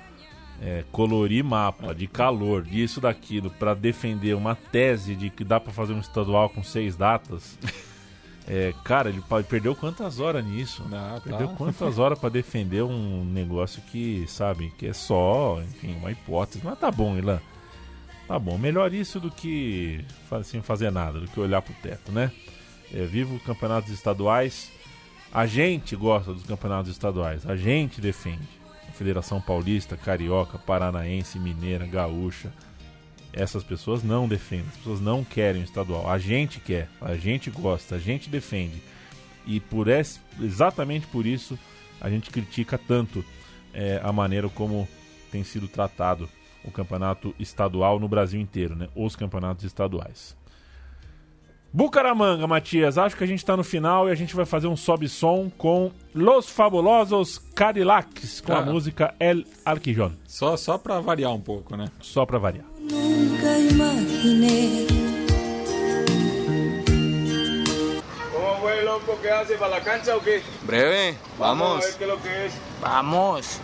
é, colorir mapa de calor, disso, daquilo, para defender uma tese de que dá para fazer um estadual com seis datas, é, cara, ele perdeu quantas horas nisso? Ah, tá. Perdeu quantas horas para defender um negócio que, sabe, que é só, enfim, uma hipótese. Mas tá bom, Ilan. Tá bom, melhor isso do que assim, fazer nada, do que olhar pro teto, né? É, viva os campeonatos estaduais. A gente gosta dos campeonatos estaduais, a gente defende. A Federação Paulista, Carioca, Paranaense, Mineira, Gaúcha. Essas pessoas não defendem, as pessoas não querem o estadual. A gente quer, a gente gosta, a gente defende. E por esse, exatamente por isso a gente critica tanto é, a maneira como tem sido tratado o campeonato estadual no Brasil inteiro, né? Os campeonatos estaduais. Bucaramanga, Matias, acho que a gente está no final e a gente vai fazer um sobe-som com Los Fabulosos Cadillacs, com ah. a música El Alquijón. Só, só para variar um pouco, né? Só para variar. Nunca imaginé. ¿Cómo fue, loco? ¿Qué hace? ¿Para la cancha o qué? Breve, vamos. Vamos a ver qué es lo que es. Vamos.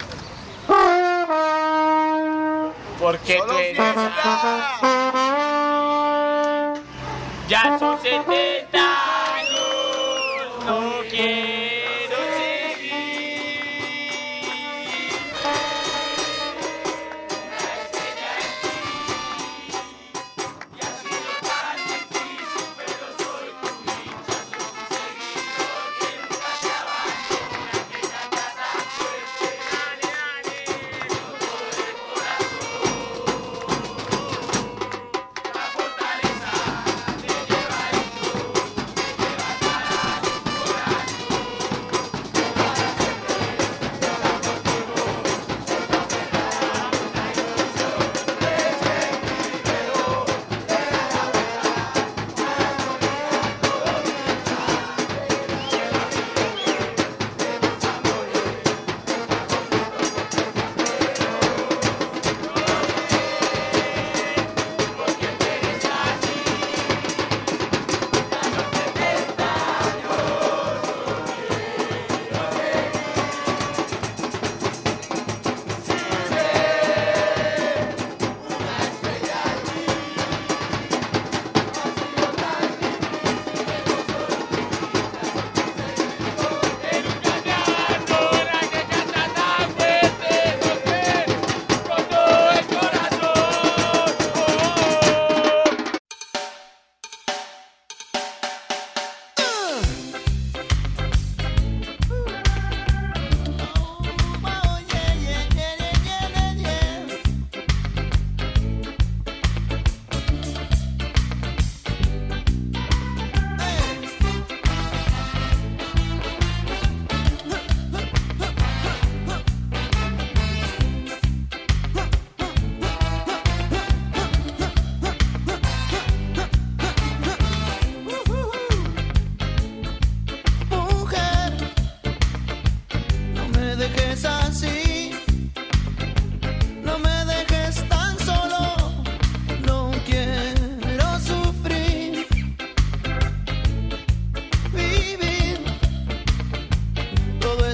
Porque Solo tú eres... Ya son setenta años, no quiero seguir. La estrella es ti, y ha sido tan difícil, pero soy tu hincha, soy tu seguidor, que nunca se abandona, que canta tan fuerte. Dale, dale, con todo el corazón, la fortaleza. Lleva esto, te va a dar tu corazón.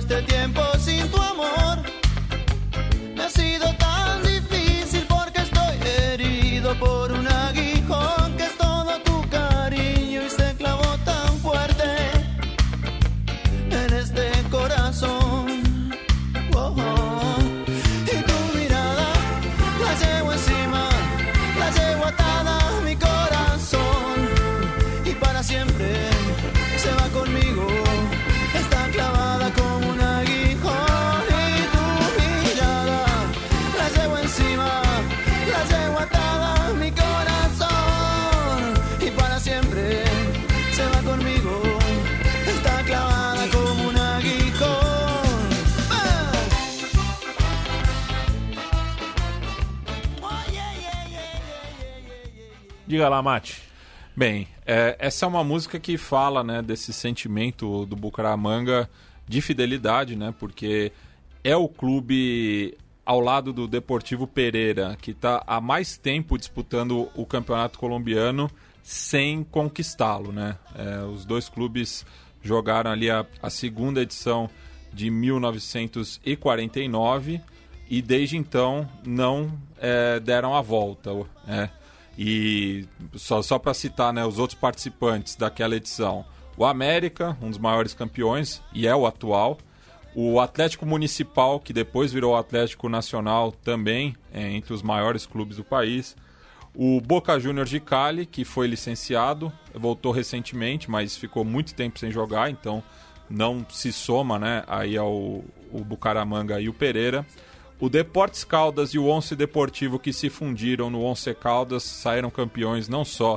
este tiempo sin tu amor. Me ha sido tan difícil porque estoy herido por un aguijón que es todo tu cariño y se clavó tan fuerte en este corazón. Oh, oh. Y tu mirada la llevo encima, la llevo atada a mi corazón y para siempre se va conmigo. Está clavada como un aguijón y tu mirada la llevo encima, la llevo atada a mi corazón y para siempre se va conmigo. Está clavada como un aguijón. ¡Ah! Oh, yeah, yeah, yeah, yeah, yeah, yeah, yeah. Diga lá, Mate. Bem, é, essa é uma música que fala, né, desse sentimento do Bucaramanga de fidelidade, né, porque é o clube ao lado do Deportivo Pereira, que está há mais tempo disputando o campeonato colombiano sem conquistá-lo, né? É, os dois clubes jogaram ali a, a segunda edição de mil novecentos e quarenta e nove e desde então não é, deram a volta, né? E só, só para citar, né, os outros participantes daquela edição: o América, um dos maiores campeões e é o atual; o Atlético Municipal, que depois virou o Atlético Nacional, também é entre os maiores clubes do país; o Boca Juniors de Cali, que foi licenciado, voltou recentemente, mas ficou muito tempo sem jogar, então não se soma, né, aí ao o Bucaramanga e o Pereira; o Deportes Caldas e o Once Deportivo, que se fundiram no Once Caldas, saíram campeões não só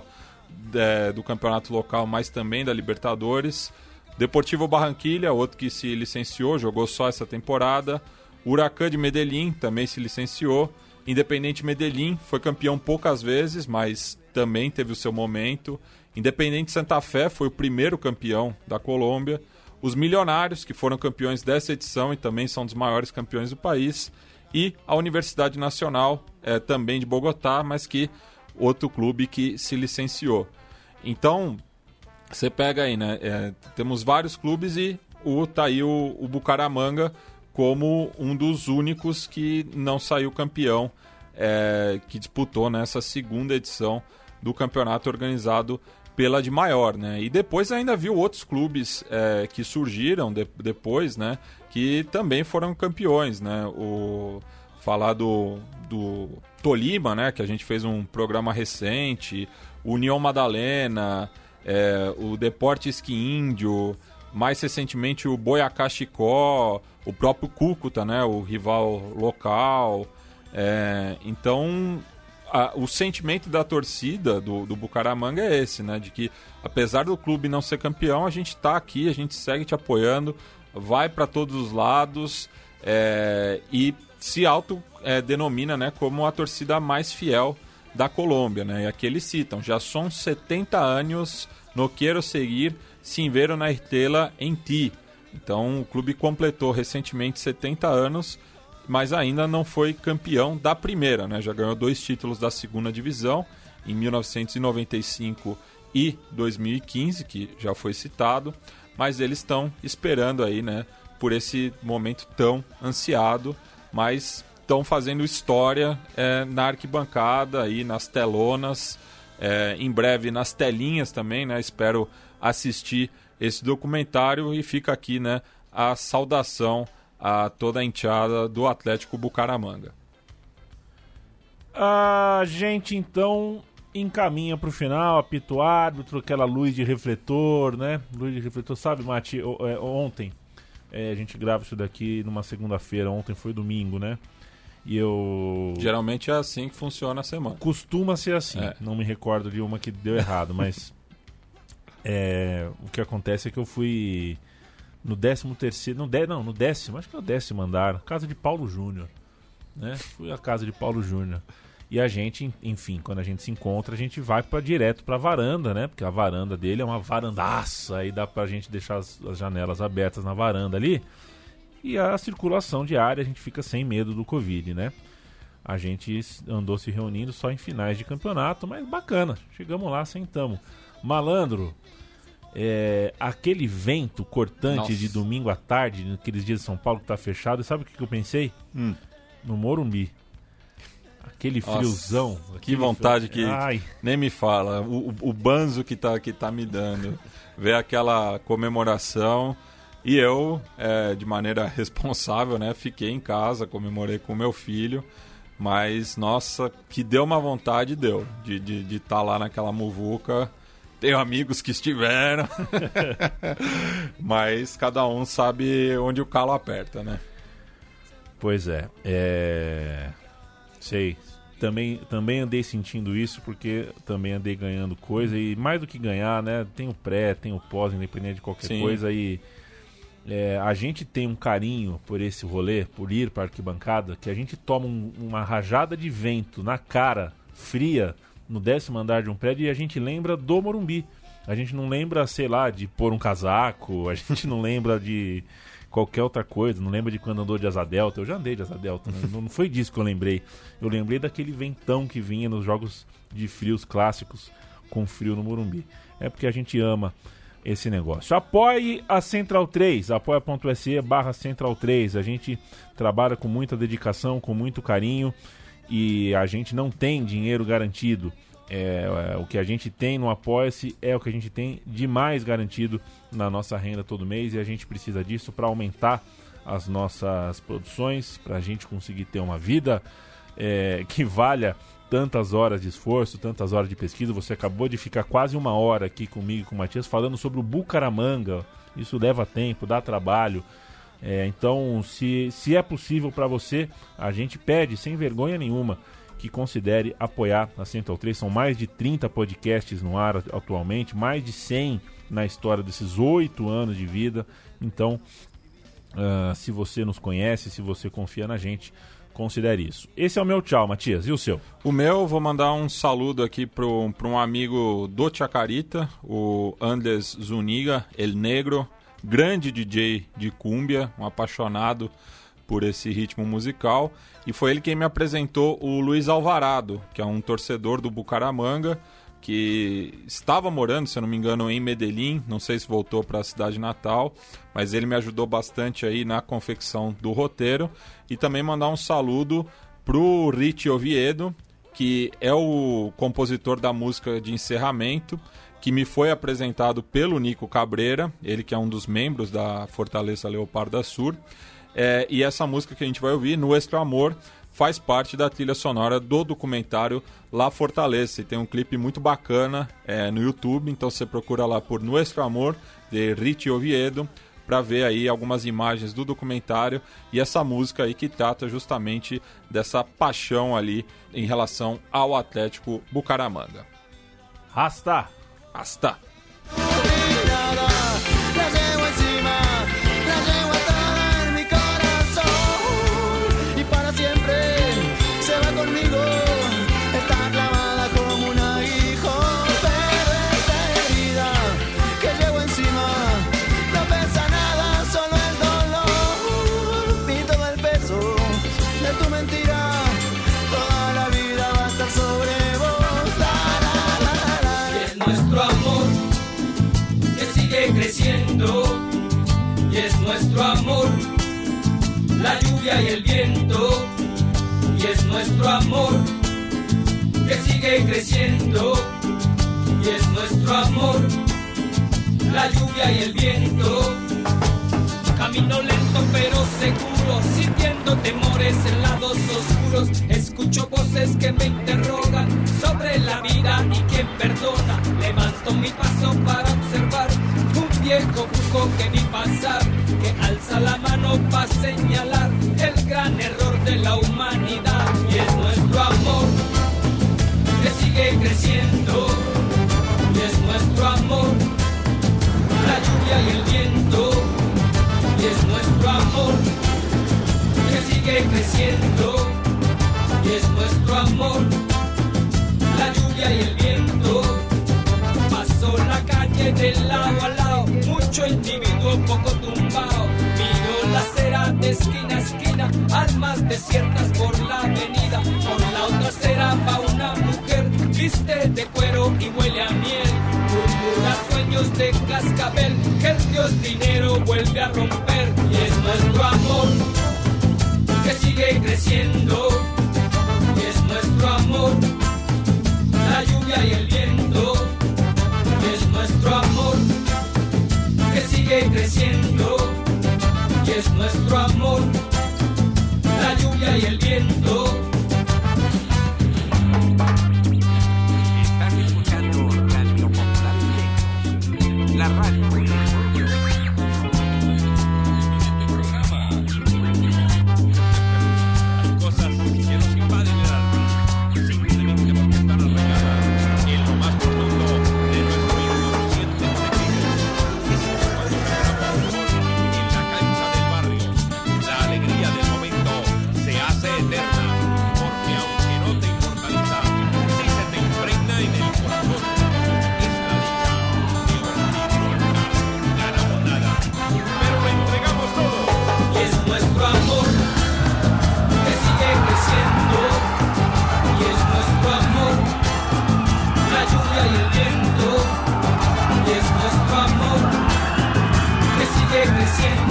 de, do campeonato local, mas também da Libertadores; Deportivo Barranquilla, outro que se licenciou, jogou só essa temporada; Huracán de Medellín também se licenciou; Independiente Medellín foi campeão poucas vezes, mas também teve o seu momento; Independiente Santa Fé foi o primeiro campeão da Colômbia; os Milionários, que foram campeões dessa edição e também são dos maiores campeões do país; e a Universidade Nacional, é, também de Bogotá, mas que outro clube que se licenciou. Então, você pega aí, né? É, temos vários clubes e o, tá aí o, o Bucaramanga como um dos únicos que não saiu campeão, é, que disputou nessa segunda edição do campeonato organizado pela de maior, né? E depois ainda viu outros clubes é, que surgiram de, depois, né? Que também foram campeões, né? O, falar do, do Tolima, né? Que a gente fez um programa recente, o União Madalena, é, o Deportes Índio, mais recentemente o Boyacá Chicó, o próprio Cúcuta, né? O rival local. É, então... A, o sentimento da torcida do, do Bucaramanga é esse, né? De que, apesar do clube não ser campeão, a gente está aqui, a gente segue te apoiando, vai para todos os lados, é, e se auto-denomina, é, né, como a torcida mais fiel da Colômbia, né? E aqui eles citam: já são setenta anos, no quero seguir, sin ver una estela em ti. Então o clube completou recentemente setenta anos, mas ainda não foi campeão da primeira, né? Já ganhou dois títulos da segunda divisão, em mil novecentos e noventa e cinco e dois mil e quinze, que já foi citado, mas eles estão esperando aí, né, por esse momento tão ansiado, mas estão fazendo história é, na arquibancada, aí, nas telonas, é, em breve nas telinhas também, né? Espero assistir esse documentário e fica aqui, né, a saudação a toda a enteada do Atlético Bucaramanga. A gente então encaminha para o final, apita o árbitro, aquela luz de refletor, né? Luz de refletor, sabe, Mati? Ontem, é, a gente grava isso daqui numa segunda-feira, ontem foi domingo, né? E eu... Geralmente é assim que funciona a semana. Costuma ser assim, é. Não me recordo de uma que deu errado, mas é, o que acontece é que eu fui... No décimo terceiro, no, de, não, no décimo, acho que é o décimo andar, casa de Paulo Júnior, né? Fui à casa de Paulo Júnior. E a gente, enfim, quando a gente se encontra, a gente vai pra, direto pra varanda, né? Porque a varanda dele é uma varandaça, aí dá pra gente deixar as, as janelas abertas na varanda ali. E a circulação diária, a gente fica sem medo do Covid, né? A gente andou se reunindo só em finais de campeonato, mas bacana. Chegamos lá, sentamos. Malandro, É, aquele vento cortante Nossa. de domingo à tarde, naqueles dias de São Paulo que tá fechado, sabe o que, que eu pensei? Hum. No Morumbi. Aquele Nossa, friozão. Que aquele vontade frio... que... Ai. Nem me fala. O, o, o banzo que tá, que tá me dando. Ver aquela comemoração. E eu, é, de maneira responsável, né? Fiquei em casa, comemorei com meu filho. Mas, nossa, que deu uma vontade, deu. De estar de, de tá lá naquela muvuca. Tenho amigos que estiveram. Mas cada um sabe onde o calo aperta, né? Pois é. É... Sei. Também, também andei sentindo isso, porque também andei ganhando coisa. E mais do que ganhar, né? Tem o pré, tem o pós, independente de qualquer Sim. coisa. E é, a gente tem um carinho por esse rolê, por ir para a arquibancada, que a gente toma um, uma rajada de vento na cara, fria, no décimo andar de um prédio, e a gente lembra do Morumbi. A gente não lembra, sei lá, de pôr um casaco, a gente não lembra de qualquer outra coisa, não lembra de quando andou de asa delta. Eu já andei de asa delta, né? Não foi disso que eu lembrei. Eu lembrei daquele ventão que vinha nos jogos de frios clássicos com frio no Morumbi. É porque a gente ama esse negócio. Apoie a Central três, apoia.se barra Central três. A gente trabalha com muita dedicação, com muito carinho, e a gente não tem dinheiro garantido. É, é, o que a gente tem no Apoia-se é o que a gente tem de mais garantido na nossa renda todo mês, e a gente precisa disso para aumentar as nossas produções, para a gente conseguir ter uma vida é, que valha tantas horas de esforço, tantas horas de pesquisa. Você acabou de ficar quase uma hora aqui comigo e com o Matias falando sobre o Bucaramanga. Isso leva tempo, dá trabalho. É, então, se, se é possível para você, a gente pede sem vergonha nenhuma que considere apoiar a Central três. São mais de trinta podcasts no ar atualmente, mais de cem na história desses oito anos de vida. Então, uh, se você nos conhece, se você confia na gente, considere isso. Esse é o meu tchau, Matias. E o seu? O meu, vou mandar um saludo aqui para um amigo do Chacarita, o Andes Zuniga, El Negro, grande D J de cúmbia, um apaixonado por esse ritmo musical, e foi ele quem me apresentou o Luiz Alvarado, que é um torcedor do Bucaramanga, que estava morando, se eu não me engano, em Medellín, não sei se voltou para a cidade natal, mas ele me ajudou bastante aí na confecção do roteiro. E também mandar um saludo pro Rich Oviedo, que é o compositor da música de encerramento, que me foi apresentado pelo Nico Cabreira, ele que é um dos membros da Fortaleza Leoparda Sur. É, e essa música que a gente vai ouvir, Nuestro Amor, faz parte da trilha sonora do documentário La Fortaleza. E tem um clipe muito bacana é, no YouTube, então você procura lá por Nuestro Amor, de Rich Oviedo, para ver aí algumas imagens do documentário e essa música aí que trata justamente dessa paixão ali em relação ao Atlético Bucaramanga. Rasta! Rasta! Y es nuestro amor la lluvia y el viento, y es nuestro amor que sigue creciendo, y es nuestro amor la lluvia y el viento. Camino lento pero seguro, sintiendo temores en lados oscuros. Escucho voces que me interrogan sobre la vida y quién perdona. Levanto mi paso para observar un viejo bujo que vi pasar, que alza la mano para señalar el gran error de la humanidad. Y es nuestro amor que sigue creciendo, y es nuestro amor la lluvia y el viento. Y es nuestro amor que sigue creciendo, y es nuestro amor la lluvia y el viento. Paso la calle de lado a lado, mucho individuo poco tumbado. Miro la acera de esquina a esquina, almas desiertas por la avenida. Por la otra acera va una mujer, viste de cuero y huele a miel. Murmura sueño dios de cascabel, que el dios dinero vuelve a romper. Y es nuestro amor que sigue creciendo, y es nuestro amor la lluvia y el viento, y es nuestro amor que sigue creciendo, y es nuestro amor la lluvia y el viento. Están escuchando Radio Popular Iqueño, la radio. Creciendo.